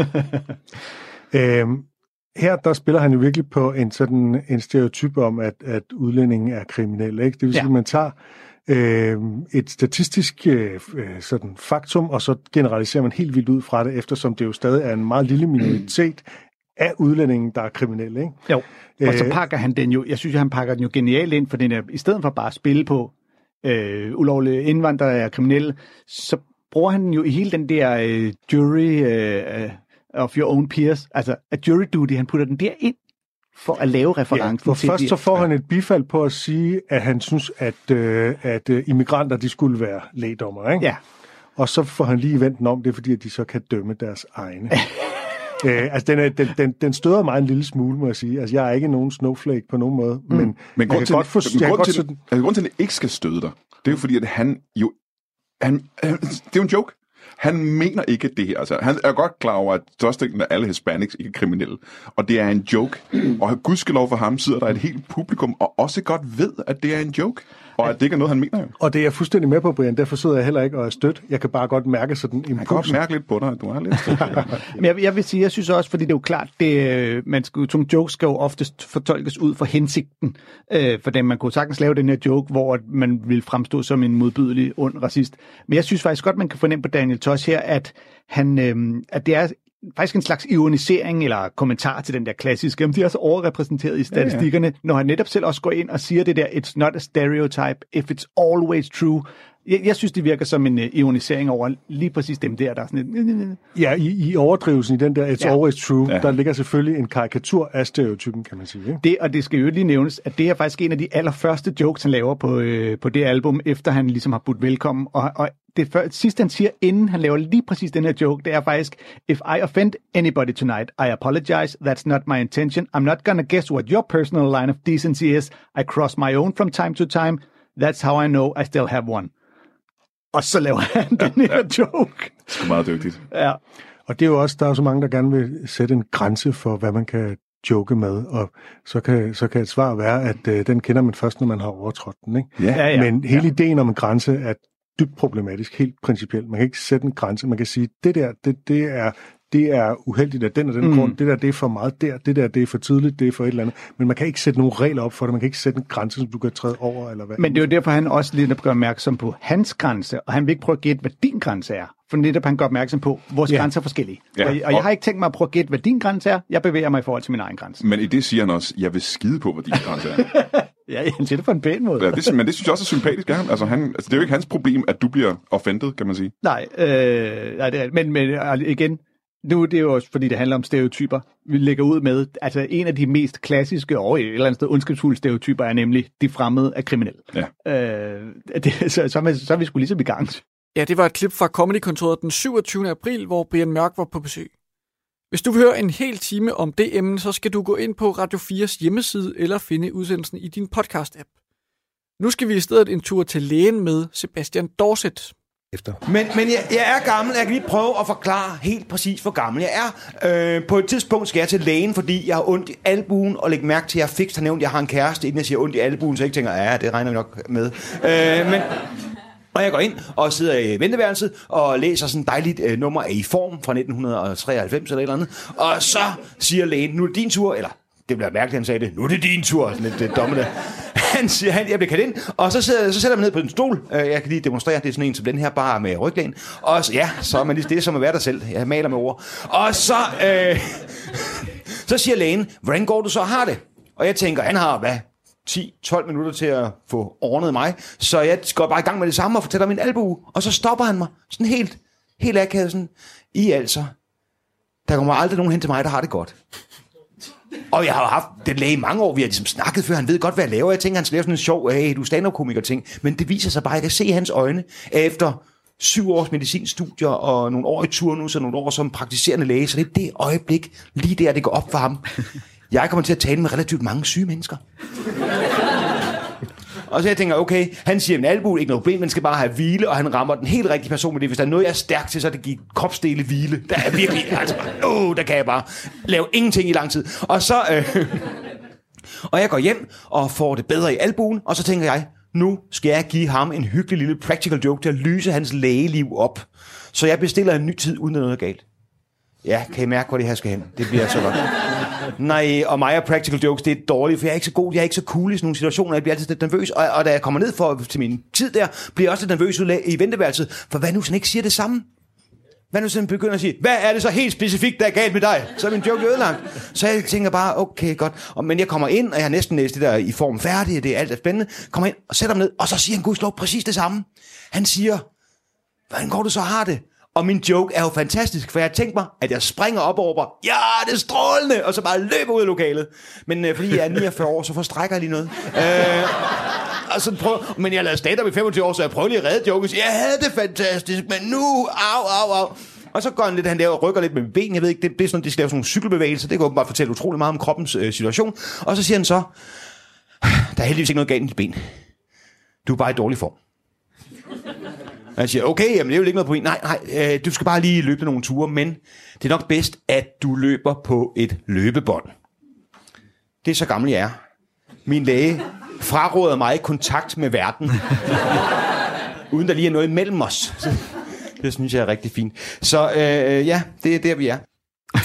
Her der spiller han jo virkelig på en stereotyp om, at udlændingen er kriminelle, ikke? Det vil sige, at man tager et statistisk sådan faktum, og så generaliserer man helt vildt ud fra det, eftersom det jo stadig er en meget lille minoritet af udlændingen, der er kriminelle, ikke? Jo, og så pakker han den jo, jeg synes, han pakker den jo genialt ind, for den er, i stedet for bare at spille på ulovlige indvandrere er kriminelle, så bruger han jo i hele den der jury of your own peers, altså at jury duty, han putter den der ind, for at lave referencen til først så får han et bifald på at sige, at han synes, at immigranter, de skulle være lægdommer, ikke? Ja. Og så får han lige vendt om det, fordi at de så kan dømme deres egne. Altså, den støder mig en lille smule, må jeg sige. Altså, jeg er ikke nogen snowflake på nogen måde, men grund til, at det ikke skal støde dig, det er jo fordi, at han jo... det er jo en joke. Han mener ikke det her. Altså, han er godt klar over, at størstedelen af alle hispanics ikke er kriminelle. Og det er en joke. Og gudskelov for ham sidder der et helt publikum, og også godt ved, at det er en joke. Og at det ikke er noget, han mener jo. Og det er jeg fuldstændig med på, Brian. Derfor sidder jeg heller ikke og er stødt. Jeg kan bare godt mærke sådan en impuls. Jeg kan godt mærke lidt på dig, at du er lidt stødt. Men jeg vil sige, jeg synes også, fordi det er jo klart, nogle jokes skal jo oftest fortolkes ud fra hensigten. For dem, man kunne sagtens lave den her joke, hvor man vil fremstå som en modbydelig, ond racist. Men jeg synes faktisk godt, man kan fornemme på Daniel Tosh her, at det er faktisk en slags ironisering eller kommentar til den der klassiske, de er så overrepræsenteret i statistikkerne, når han netop selv også går ind og siger det der, it's not a stereotype, if it's always true. Jeg synes, det virker som en ironisering over lige præcis dem der er sådan et... Ja, i overdrivelsen i den der It's Always True, der ligger selvfølgelig en karikatur af stereotypen, kan man sige. Ikke? Det skal jo lige nævnes, at det er faktisk en af de allerførste jokes, han laver på det album, efter han ligesom har budt velkommen. Og det sidste, han siger, inden han laver lige præcis den her joke, det er faktisk, if I offend anybody tonight, I apologize. That's not my intention. I'm not gonna guess what your personal line of decency is. I cross my own from time to time. That's how I know I still have one. Og så laver han den her joke. Det er meget dygtigt. Ja. Og det er jo også, der er så mange, der gerne vil sætte en grænse for, hvad man kan joke med, og så kan et svar være, at den kender man først, når man har overtrådt den. Ikke? Ja. Men hele ideen om en grænse er dybt problematisk, helt principielt. Man kan ikke sætte en grænse. Man kan sige, det er uheldigt af den og den grund. Det der, det er for meget der. Det der, det er for tidligt. Det er for et eller andet. Men man kan ikke sætte nogle regler op for det. Man kan ikke sætte en grænse, som du kan træde over, eller hvad. Men det er jo derfor, han også lidt gør opmærksom på hans grænse, og han vil ikke prøve at gætte, hvad din grænse er. For netop han gør opmærksom på, at vores grænser er forskellige. Ja. Og jeg har ikke tænkt mig at prøve at gætte, hvad din grænse er. Jeg bevæger mig i forhold til min egen grænse. Men i det siger han også, jeg vil skide på, hvad din grænse er. Ja, han siger det på en pæn måde. Ja, men det synes jeg også er sympatisk af ham. Altså, det er jo ikke hans problem, at du bliver offended, kan man sige. Nej, men igen, nu det er jo også, fordi det handler om stereotyper. Vi lægger ud med, altså en af de mest klassiske og et eller andet sted ondskabsfulde stereotyper er nemlig, de fremmede er kriminelle. Ja. Så er vi sgu ligesom i gang. Ja, det var et klip fra Comedy-kontoret den 27. april, hvor Brian Mørk var på besøg. Hvis du vil høre en hel time om det emne, så skal du gå ind på Radio 4's hjemmeside eller finde udsendelsen i din podcast-app. Nu skal vi i stedet en tur til lægen med Sebastian Dorset. Men jeg er gammel. Jeg kan lige prøve at forklare helt præcis, hvor gammel jeg er. På et tidspunkt skal jeg til lægen, fordi jeg har ondt i albuen, og læg mærke til, at jeg fikst har nævnt, at jeg har en kæreste, inden jeg siger ondt i albuen, så jeg ikke tænker, ja, det regner vi nok med. Og jeg går ind og sidder i venteværelset og læser sådan et dejligt nummer af I Form fra 1993 eller et eller andet. Og så siger lægen, nu er det din tur, eller det bliver mærkeligt, han sagde det, nu er det din tur, sådan lidt dommende. Han siger, jeg bliver kaldt ind, og så sætter man ned på en stol. Jeg kan lige demonstrere, det er sådan en som den her, bare med ryglæn. Og så, så er man lige, det er som at være der selv. Jeg maler med ord. Og så siger lægen, hvordan går du så har det? Og jeg tænker, han har, 10-12 minutter til at få ordnet mig. Så jeg går bare i gang med det samme og fortæller min albue. Og så stopper han mig, sådan helt akavet, sådan, der kommer aldrig nogen hen til mig, der har det godt. Og jeg har haft den læge i mange år, vi har ligesom snakket før, han ved godt, hvad jeg laver. Jeg tænker, han skal lave sådan en sjov, hey, du er stand-up-komiker-ting. Men det viser sig bare, jeg kan se i hans øjne, efter 7 års medicinstudier og nogle år i turnus og nogle år som praktiserende læge, så det er det øjeblik, lige der, det går op for ham. Jeg kommer til at tale med relativt mange syge mennesker. Og så jeg tænker, okay, han siger, en albue ikke noget problem, man skal bare have hvile, og han rammer den helt rigtige person med det. Hvis der er noget, jeg er stærk til, så er det give kropsdele hvile. Der er virkelig, der kan jeg bare lave ingenting i lang tid. Og så, og jeg går hjem og får det bedre i albuen, og så tænker jeg, nu skal jeg give ham en hyggelig lille practical joke til at lyse hans lægeliv op. Så jeg bestiller en ny tid, uden at noget er galt. Ja, kan I mærke, hvor det her skal hen? Det bliver så godt. Nej, og mig og practical jokes, det er dårligt, for jeg er ikke så god, jeg er ikke så cool i sådan nogle situationer, jeg bliver altid lidt nervøs, og da jeg kommer ned til min tid der, bliver jeg også lidt nervøs i venteværelset, for hvad nu, sådan ikke siger det samme? Hvad nu, sådan begynder at sige, hvad er det så helt specifikt, der er galt med dig? Så er min joke ødelagt. Så jeg tænker bare, okay, godt, men jeg kommer ind, og jeg har næsten læst det der I Form færdigt, det er alt spændende, kommer ind og sætter mig ned, og så siger han gudskelov præcis det samme. Han siger, hvordan går du så har det? Og min joke er jo fantastisk, for jeg har tænkt mig, at jeg springer op og råber, ja, det er strålende, og så bare løber ud af lokalet. Men fordi jeg er 49 år, så forstrækker jeg lige noget. Og så men jeg lavede stand-up i 25 år, så jeg prøvede lige at redde jokes. Jeg havde det fantastisk, men nu, au. Og så går han lidt, han der og rykker lidt med ben. Jeg ved ikke, det er sådan, de skal lave sådan nogle cykelbevægelser. Det kan åbenbart fortælle utrolig meget om kroppens situation. Og så siger han så, der er heldigvis ikke noget galt i dit ben. Du er bare i dårlig form. Og jeg siger, okay, jamen det er jo ikke noget point. Nej, du skal bare lige løbe nogle ture, men det er nok bedst, at du løber på et løbebånd. Det er så gammel jeg er. Min læge fraråder mig kontakt med verden, uden der lige er noget mellem os. Det synes jeg er rigtig fint. Så ja, det er der, vi er.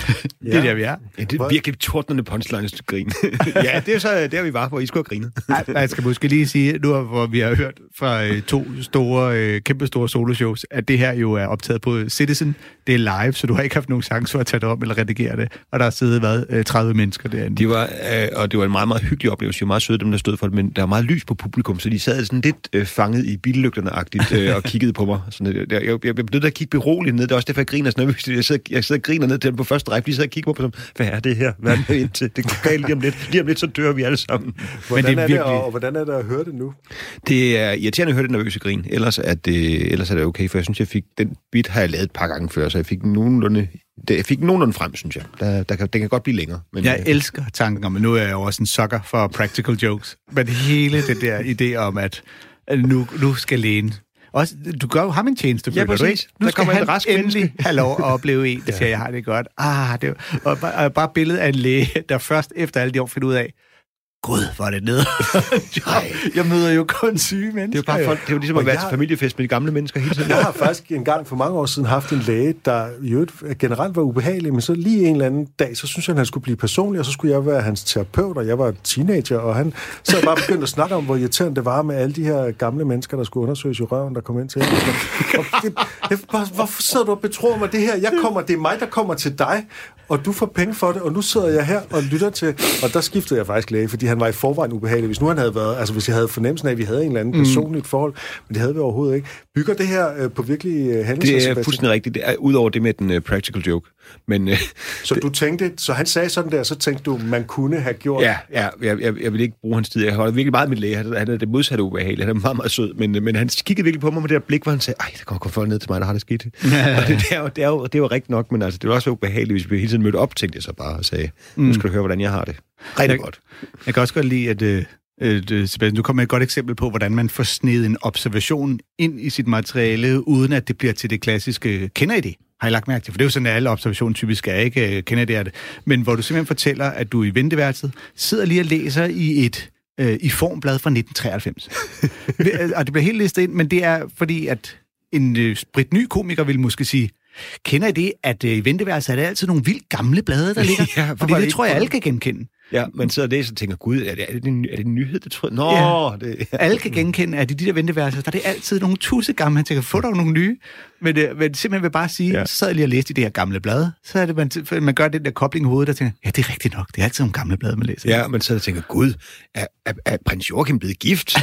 Det er der, vi er. Ja, det er virkelig tordnende punchlines grin. Ja, det er så der, vi var, hvor I skulle have grinet. Jeg skal måske lige sige, nu hvor vi har hørt fra 2 kæmpe store soloshows, at det her jo er optaget på Citizen. Det er live, så du har ikke haft nogen chance for at tage det om eller redigere det. Og der har siddet 30 mennesker derinde. Og det var en meget, meget hyggelig oplevelse. De var meget søde, dem der stod for det, men der var meget lys på publikum, så de sad sådan lidt fanget i billygterne-agtigt og kiggede på mig. Sådan, jeg blev nødt til at kigge beroligt ned. Det er også derfor, jeg griner sådan nervøst. Jeg sidder og griner ned til dem på første række. De sidder og kigger på mig som, hvad er det her? Hvad er det indtil? Det går galt lige om lidt. Lige om lidt, så dør vi alle sammen. Hvordan er det at høre det nu? Det er irriterende at høre det nervøse grin. Ellers er det okay, for jeg synes, jeg fik den bit har jeg lavet et par gange før, så jeg fik nogenlunde frem, synes jeg. Det kan godt blive længere. Men jeg elsker tanken om, men nu er jeg jo også en sucker for practical jokes. Men hele det der idé om, at nu skal lægen. Også, du gør jo ham en tjeneste, ja, præcis. Nu skal han endelig have lov at opleve en, der siger, jeg har det godt. Og bare billedet af en læge, der først efter alle de år finder ud af, Gud, hvor er det nede. Jeg møder jo kun syge mennesker. Det er jo bare folk, det er jo ligesom at være til familiefest med de gamle mennesker hele tiden. Jeg har faktisk en gang for mange år siden haft en læge, der jo generelt var ubehagelig, men så lige en eller anden dag, så synes jeg, at han skulle blive personlig, og så skulle jeg være hans terapeut, og jeg var teenager, og han så bare begyndt at snakke om, hvor irriterende det var med alle de her gamle mennesker, der skulle undersøges i røven, der kom ind til ham. Hvorfor sidder du og betror mig det her? Det er mig, der kommer til dig, og du får penge for det, og nu sidder jeg her og lytter til, og der skiftede jeg faktisk læge, fordi han var i forvejen ubehagelig. Hvis nu han havde været, altså hvis jeg havde fornemmelsen af, at vi havde en eller anden personligt forhold, men det havde vi overhovedet ikke. Bygger det her på virkelig hændelser? Det er fuldstændig rigtigt. Det er udover det med den practical joke. Men, så du tænkte, så han sagde sådan der, så tænkte du, man kunne have gjort... Ja, jeg vil ikke bruge hans tid. Jeg holder virkelig meget med læge. Han er det modsatte ubehageligt. Han er meget, meget sød, men han kiggede virkelig på mig med det der blik, hvor han sagde, der kommer folk ned til mig, der har det skidt. Og det er jo rigtigt nok, men altså, det var også ubehageligt, hvis vi hele tiden mødte op, tænkte jeg så bare og sagde, nu skal du høre, hvordan jeg har det. Rigtig godt. Jeg kan også godt lide, at Sebastian, du kommer med et godt eksempel på, hvordan man får snedet en observation ind i sit materiale, uden at det bliver til det klassiske, kender I det? Har I lagt mærke til? For det er jo sådan, at alle observationer typisk er, ikke kender det, men hvor du simpelthen fortæller, at du i venteværelset sidder lige og læser i et i formblad fra 1993. Og det bliver helt listet ind, men det er fordi, at en spritny komiker vil måske sige, kender I det, at i venteværelset er det altid nogle vildt gamle blade, der ligger? Ja, fordi det tror jeg, alle kan genkende. Ja, men så er det, så tænker Gud, er det en nyhed, det tror jeg? Nå, ja. Alle kan genkende, at i de der venteværelser, der er det altid nogle gamle. Han tænker, få dog nogle nye. Men simpelthen vil bare sige, så sad jeg lige og læste i det her gamle blad. Så er det, man gør den der kobling i hovedet, der tænker, ja, det er rigtigt nok. Det er altid nogle gamle blade, man læser. Ja, men så tænker Gud, er prins Joachim blevet gift?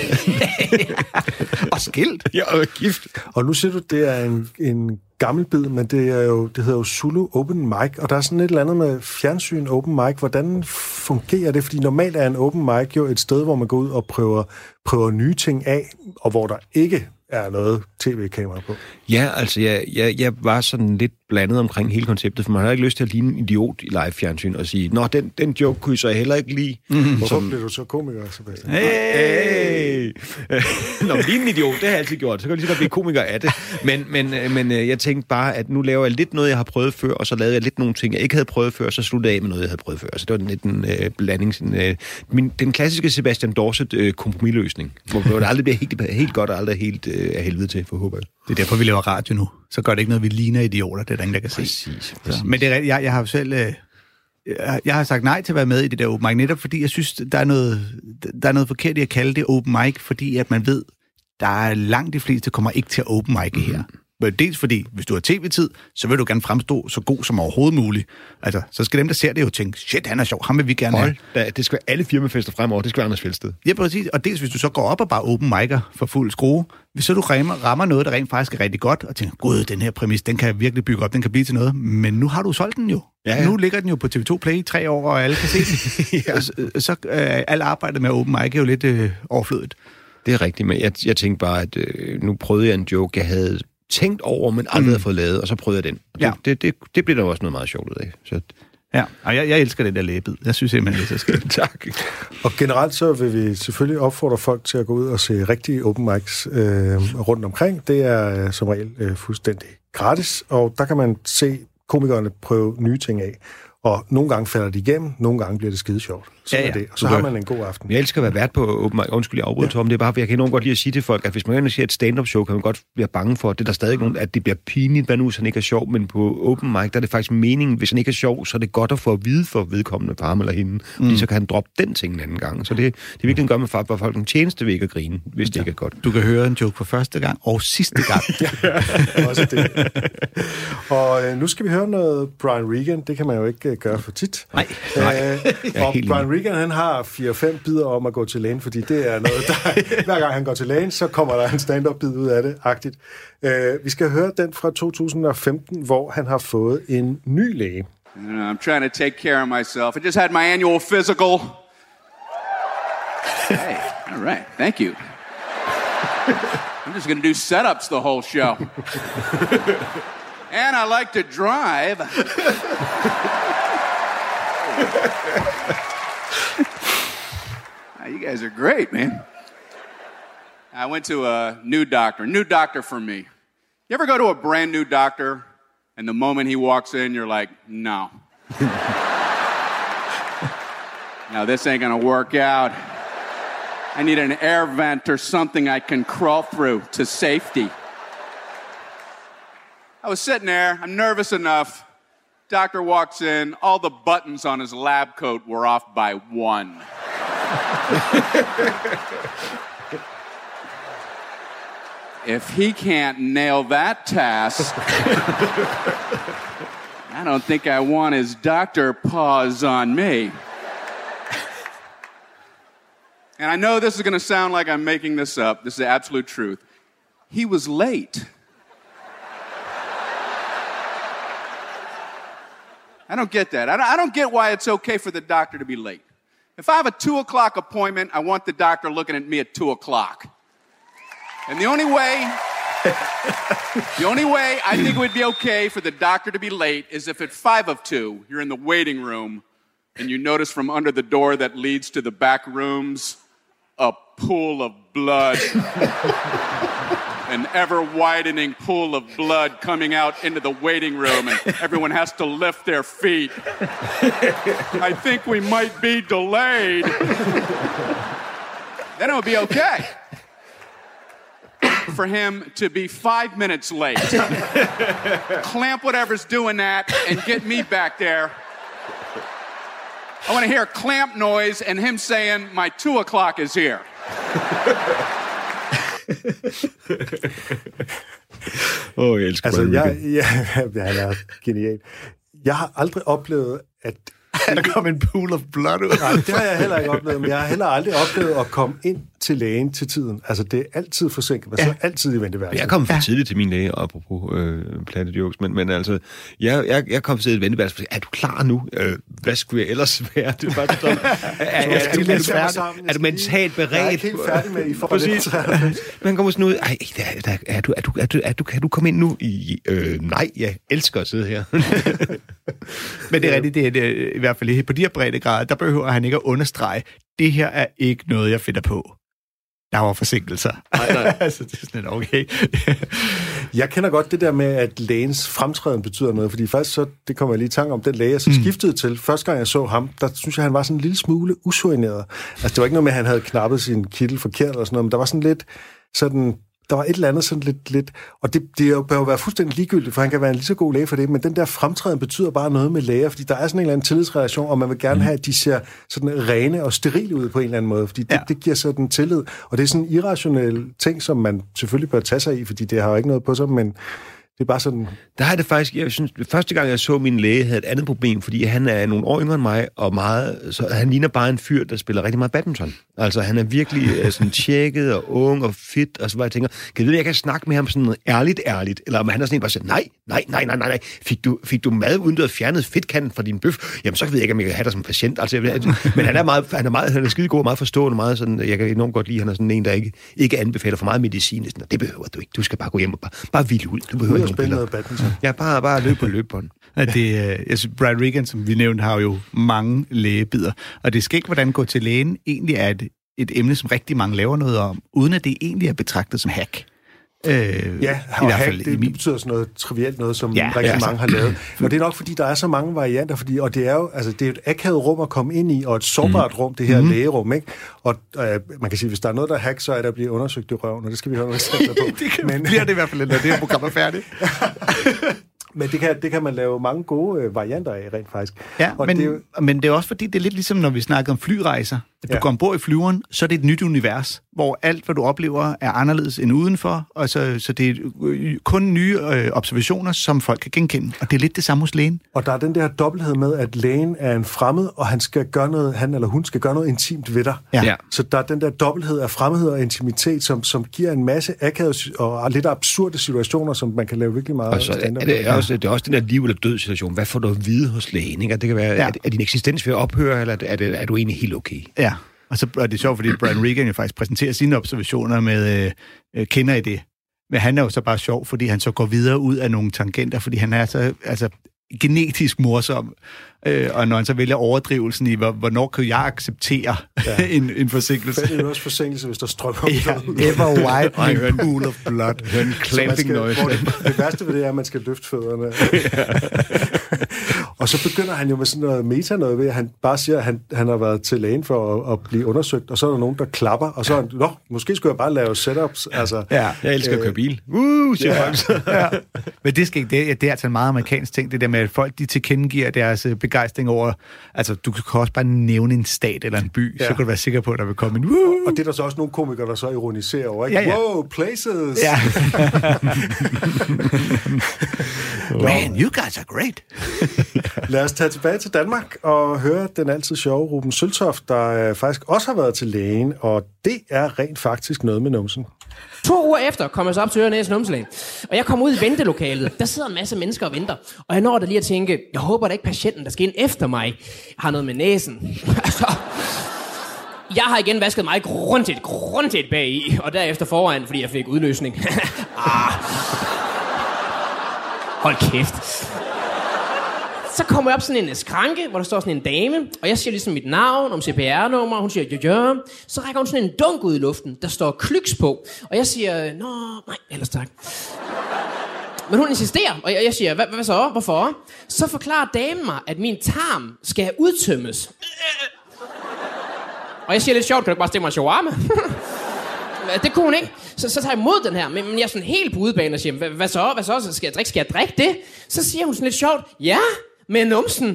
Og skilt. Ja, og gift. Og nu siger du, det er en gammel bid, men det hedder jo Zulu Open Mic, og der er sådan et eller andet med fjernsyn Open Mic. Hvordan fungerer det? Fordi normalt er en Open Mic jo et sted, hvor man går ud og prøver nye ting af, og hvor der ikke er noget tv-kamera på. Ja, altså jeg var sådan lidt blandet omkring hele konceptet, for man har ikke lyst til at ligne en idiot i live-fjernsyn og sige, nå, den joke kunne I så heller ikke lide. Hvorfor blev du så komiker, Sebastian? Hey! Nå, ligne en idiot, det har jeg altid gjort. Så kan jeg lige så godt blive komiker af det. Men jeg tænkte bare, at nu laver jeg lidt noget, jeg har prøvet før, og så lavede jeg lidt nogle ting, jeg ikke havde prøvet før, så sluttede jeg af med noget, jeg havde prøvet før. Så det var lidt en blanding. Den klassiske Sebastian Dorset kompromisløsning, hvor det aldrig bliver helt godt og aldrig helt af helvede til, forhåber jeg. Det er derfor, vi laver radio nu. Så gør det ikke noget, vi ligner idioter. Det er der ingen, der kan se. Præcis. Men det er, jeg har jo selv... Jeg har sagt nej til at være med i det der open mic, netop fordi jeg synes, der er noget forkert i at kalde det open mic, fordi at man ved, der er langt de fleste, der kommer ikke til at open mic her. Dels fordi, hvis du har tv-tid, så vil du gerne fremstå så god som overhovedet muligt. Altså, så skal dem, der ser det jo tænke, shit, han er sjov, ham vil vi gerne have. Det skal være alle firmafester fremover, det skal være Anders Fjeldsted. Ja, præcis. Og dels hvis du så går op og bare open mic'er for fuld skrue, hvis så du rammer noget, der rent faktisk er rigtig godt, og tænker, gud, den her præmis, den kan jeg virkelig bygge op, den kan blive til noget. Men nu har du solgt den jo. Ja. Nu ligger den jo på TV2 Play i 3 år, og alle kan se den. Så alt arbejdet med open mic er jo lidt overflødigt. Det er rigtigt, men jeg tænkte bare, at nu prøvede jeg en joke, jeg havde tænkt over, men aldrig havde fået lavet, og så prøvede jeg den. Ja. Det bliver der også noget meget sjovt ud af. Så. Ja, og jeg elsker den der lægebid. Jeg synes simpelthen, det er så skægt. Tak. Og generelt så vil vi selvfølgelig opfordre folk til at gå ud og se rigtige open mics rundt omkring. Det er som regel fuldstændig gratis, og der kan man se komikerne prøve nye ting af. Og nogle gange falder de igennem, nogle gange bliver det skide sjovt. Sådan er det. Og så har man en god aften. Jeg elsker at være vært på open mic. Undskyld, jeg afbryder, Tom. Det er bare, for jeg kan enormt godt lide at sige til folk, at hvis man ser et stand-up show, kan man godt blive bange for, at det der stadig nogen, at det bliver pinligt, hvad nu, så han ikke er sjov. Men på open mic, der er det faktisk meningen, hvis han ikke er sjov, så er det godt at få at vide for vedkommende for ham eller hende. Fordi så kan han droppe den ting en anden gang. Så det virkelig gør med folk en tjeneste ved ikke at grine, hvis det ikke er godt. Du kan høre en joke for første gang og sidste gang. Også det. Og nu skal vi høre noget Brian Regan. Det kan man jo ikke gøre for tit. Nej. Og Brian Regan, han har 4-5 bidder om at gå til lægen, fordi det er noget, der hver gang han går til lægen, så kommer der en stand-up-bid ud af det, agtigt. Vi skal høre den fra 2015, hvor han har fået en ny læge. I'm trying to take care of myself. I just had my annual physical. Hey, all right, thank you. I'm just going to do setups the whole show. And I like to drive. You guys are great, man. I went to a new doctor for me. You ever go to a brand new doctor, and the moment he walks in, you're like, no. No, this ain't gonna work out. I need an air vent or something I can crawl through to safety. I was sitting there, I'm nervous enough. Doctor walks in, all the buttons on his lab coat were off by one. If he can't nail that task, I don't think I want his doctor paws on me. And I know this is going to sound like I'm making this up. This is the absolute truth. He was late. I don't get that. I don't get why it's okay for the doctor to be late. If I have a 2 o'clock appointment, I want the doctor looking at me at 2 o'clock. And the only way I think it would be okay for the doctor to be late is if at 5:02, you're in the waiting room and you notice from under the door that leads to the back rooms, a pool of blood. An ever-widening pool of blood coming out into the waiting room, and everyone has to lift their feet. I think we might be delayed. Then it would be okay for him to be 5 minutes late. Clamp whatever's doing that and get me back there. I want to hear a clamp noise and him saying, my 2 o'clock is here. Jeg elsker han er genial. Jeg har aldrig oplevet, at der kom en pool of blood ud. Nej, det har jeg heller ikke oplevet, men jeg har heller aldrig oplevet at komme ind til lægen til tiden. Altså, det er altid forsinket, men så er altid i venteværelset. Jeg kom for tidligt til min læge, apropos platte jokes, men altså, jeg kom til et venteværelse, er du klar nu? Hvad skulle jeg ellers være? Det var sådan, er du mentalt beredt? Jeg er ikke helt færdig med, I får det. Man kommer sådan ud, kan du komme ind nu? Nej, jeg elsker at sidde her. Men det er rigtigt, det er i hvert fald på de her breddegrader, der behøver han ikke at understrege, det her er ikke noget, jeg finder på. Der var forsinkelser. Nej. Altså, det er sådan lidt okay. Jeg kender godt det der med, at lægens fremtræden betyder noget, fordi faktisk så, det kommer jeg lige i tanke om, den læge, jeg så skiftede til. Første gang jeg så ham, der synes jeg, han var sådan en lille smule usoigneret. Altså, det var ikke noget med, at han havde knappet sin kittel forkert eller sådan noget, men der var sådan lidt sådan... Der var et eller andet sådan lidt... Og det bør jo være fuldstændig ligegyldigt, for han kan være en lige så god læge for det, men den der fremtræden betyder bare noget med læger, fordi der er sådan en eller anden tillidsrelation, og man vil gerne have, at de ser sådan rene og sterile ud på en eller anden måde, fordi det giver sådan tillid. Og det er sådan en irrationel ting, som man selvfølgelig bør tage sig i, fordi det har jo ikke noget på sig, men... Det er bare sådan... Der er det faktisk... Jeg synes, første gang, jeg så min læge, havde et andet problem, fordi han er nogle år yngre end mig, og så han ligner bare en fyr, der spiller rigtig meget badminton. Altså, han er virkelig sådan tjekket og ung og fit, og så var jeg tænker, kan jeg vide, jeg kan snakke med ham sådan noget ærligt, eller om han er sådan en, bare siger, nej. Fik du mad, uden du havde fjernet fedtkanten fra din bøf? Jamen, så ved jeg ikke, om jeg kan have dig som patient. Altså, men han er skidegod og meget forstående, meget sådan, jeg kan enormt godt lide, han er sådan en, der ikke anbefaler for meget medicin. Sådan, det behøver du ikke. Du skal bare gå hjem og bare hvile ud. Du behøver spille noget badminton. Ja, bare løb på løbebånd. Jeg synes, Brian Regan, som vi nævnte, har jo mange lægebider. Og det skal ikke, hvordan gå til lægen egentlig er et emne, som rigtig mange laver noget om, uden at det egentlig er betragtet som hack. og hack, det betyder sådan noget trivielt noget, som rigtig mange har lavet. Og det er nok, fordi der er så mange varianter, og det er jo det er et akavet rum at komme ind i, og et sårbart rum, det her lægerum, ikke? Og man kan sige, hvis der er noget, der er hack, så er der bliver undersøgt i røven, og det skal vi høre noget eksempler på. Men bliver det i hvert fald, når det her program er færdigt. Men det kan man lave mange gode varianter af, rent faktisk. Ja, og men det er også fordi, det er lidt ligesom, når vi snakker om flyrejser. Du går ombord i flyveren, så er det et nyt univers, hvor alt, hvad du oplever, er anderledes end udenfor, og så det er kun nye observationer, som folk kan genkende. Og det er lidt det samme hos lægen. Og der er den der dobbelthed med, at lægen er en fremmed, og han eller hun skal gøre noget intimt ved dig. Ja. Så der er den der dobbelthed af fremmedhed og intimitet, som giver en masse akavede og lidt absurde situationer, som man kan lave virkelig meget stand-up. Det er også den der liv- eller død-situation. Hvad får du at vide hos lægen? Ikke? Det kan være, er din eksistens ved at ophøre, eller er du egentlig helt okay? Ja, og så er det sjovt, fordi Brian Regan jo faktisk præsenterer sine observationer med kender i det. Men han er jo så bare sjov, fordi han så går videre ud af nogle tangenter, fordi han er så genetisk morsom. Og når han så vælger overdrivelsen i, hvornår kan jeg acceptere en forsinkelse? Det er jo også forsinkelse, hvis der strømmer ud. Ever white pool of blood. Hør en clamping noise. Det værste ved det er, at man skal løfte fødderne. Og så begynder han jo med sådan noget meta noget ved, at han bare siger, at han har været til lægen for at blive undersøgt, og så er der nogen, der klapper, og så er han, måske skulle jeg bare lave setups. Altså, jeg elsker at køre bil. Siger folk. Men det er altså en meget amerikansk ting, det der med, at folk de tilkendegiver deres begejstring over, altså du kan også bare nævne en stat eller en by, så kan du være sikker på, at der vil komme en Og det er der så også nogle komikere, der så ironiserer over, ikke? Ja. Wow, places! Ja. Man, you guys are great! Lad os tage tilbage til Danmark og høre den altid sjove Ruben Søltoft, der faktisk også har været til lægen, og det er rent faktisk noget med numsen. 2 uger efter kom jeg så op til Øre Næse Numselægen, og jeg kom ud i ventelokalet. Der sidder en masse mennesker og venter, og jeg når der lige at tænke, jeg håber da ikke patienten, der skal ind efter mig, har noget med næsen. Altså, jeg har igen vasket mig grundigt bagi, og derefter foran, fordi jeg fik udløsning. Hold kæft. Så kommer jeg op sådan en skranke, hvor der står sådan en dame, og jeg siger ligesom mit navn om CPR-nummer, og hun siger, ja. Så rækker hun sådan en dunk ud i luften, der står Klyks på, og jeg siger, nej, ellers tak. Men hun insisterer, og jeg siger, hvad så? Hvorfor? Så forklarer damen mig, at min tarm skal udtømmes. Og jeg siger lidt sjovt, kan du ikke bare stikke mig en shawarma? Det kunne hun ikke. Så tager jeg imod den her, men jeg er sådan helt på udebane og siger, hvad så? Skal jeg drikke det? Så siger hun sådan lidt sjovt, ja, med numsen.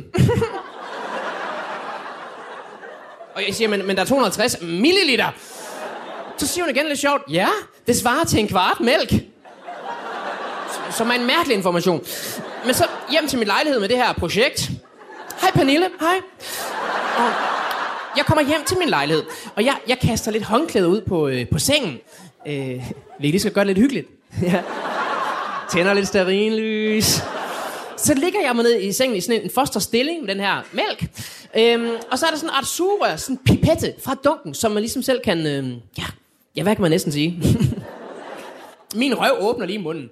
Og jeg siger, men der er 250 milliliter. Så siger hun igen lidt sjovt, ja, det svarer til en kvart mælk. Som er en mærkelig information. Men så hjem til min lejlighed med det her projekt. Hej Pernille, hej. Og jeg kommer hjem til min lejlighed, og jeg kaster lidt håndklæder ud på sengen. Vi lige skal gøre det lidt hyggeligt. Ja. Tænder lidt stearinlys. Så ligger jeg mig ned i sengen i sådan en fosterstilling med den her mælk. Og så er der sådan en art sugerør, sådan en pipette fra dunken, som man ligesom selv kan... hvad kan man næsten sige? Min røv åbner lige munden.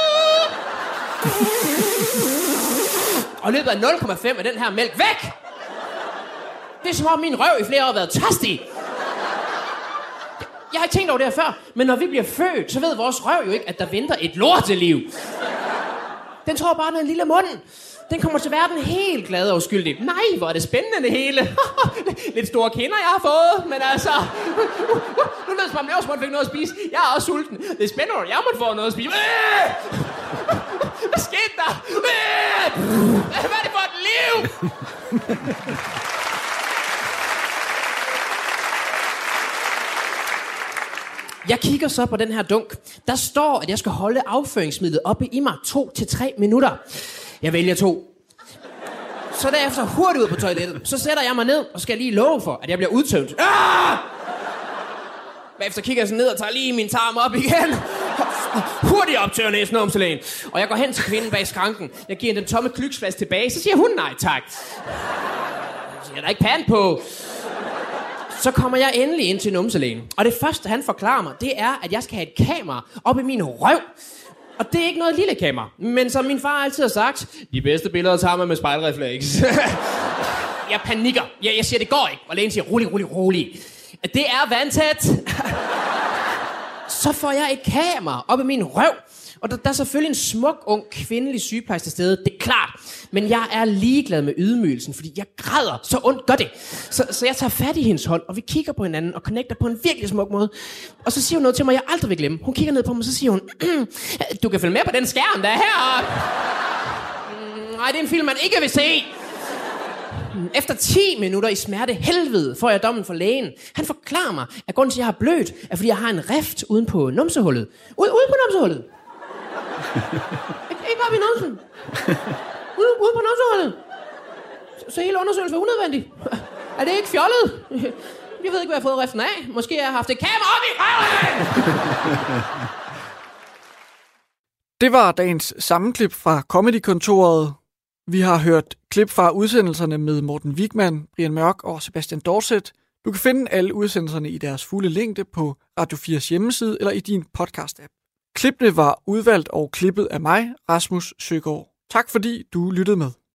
Og løbet af 0,5 af den her mælk væk! Det er som om min røv i flere år har været tørstig. Jeg har ikke tænkt over det her før, men når vi bliver født, så ved vores røv jo ikke, at der venter et lorteliv. Den tror bare, den er en lille mund. Den kommer til verden helt glad og uskyldig. Nej, hvor er det spændende det hele. Lidt store kinder, jeg har fået, men altså... Nu lød det som om, jeg fik noget at spise. Jeg er også sulten. Det er spændende, at jeg måtte få noget at spise. Hvad skete der? Hvad er det for et liv? Jeg kigger så på den her dunk. Der står, at jeg skal holde afføringsmidlet oppe i mig 2 til 3 minutter. Jeg vælger 2. Så derefter hurtigt ud på toilettet. Så sætter jeg mig ned og skal lige love for, at jeg bliver udtømt. Bagefter kigger jeg så ned og tager lige min tarm op igen. Hurtigt op til Øre Næse Numselægen. Og jeg går hen til kvinden bag skranken. Jeg giver hende den tomme Klyksflaske tilbage. Så siger hun nej tak. Så jeg der ikke pant på. Så kommer jeg endelig ind til numselægen. Og det første, han forklarer mig, det er, at jeg skal have et kamera op i min røv. Og det er ikke noget lille kamera. Men som min far altid har sagt, de bedste billeder tager man med spejlrefleks. Jeg panikker. Jeg siger, det går ikke. Og lægen siger, rolig. Det er vandtæt. Så får jeg et kamera op i min røv, og der er selvfølgelig en smuk, ung, kvindelig sygeplejerske til stede, det er klart. Men jeg er ligeglad med ydmygelsen, fordi jeg græder, så ondt gør det. Så jeg tager fat i hendes hånd, og vi kigger på hinanden og connecter på en virkelig smuk måde. Og så siger hun noget til mig, jeg aldrig vil glemme. Hun kigger ned på mig, og så siger hun, du kan følge med på den skærm, der er heroppe. Nej, det er en film, man ikke vil se. Efter 10 minutter i smerte helvede får jeg dommen fra lægen. Han forklarer mig, at grunden til, at jeg har blødt, er fordi jeg har en rift uden på numsehullet. Ude på numsehullet. Ikke bare i numsen. Ude på numsehullet. Så hele undersøgelsen var unødvendig. Er det ikke fjollet? Jeg ved ikke, hvad jeg har fået riften af. Måske har jeg haft et kamera op i røven. Det var dagens sammenklip fra Comedy-kontoret. Vi har hørt klip fra udsendelserne med Morten Wigman, Brian Mørk og Sebastian Dorset. Du kan finde alle udsendelserne i deres fulde længde på Radio 4's hjemmeside eller i din podcast-app. Klippene var udvalgt og klippet af mig, Rasmus Søgaard. Tak fordi du lyttede med.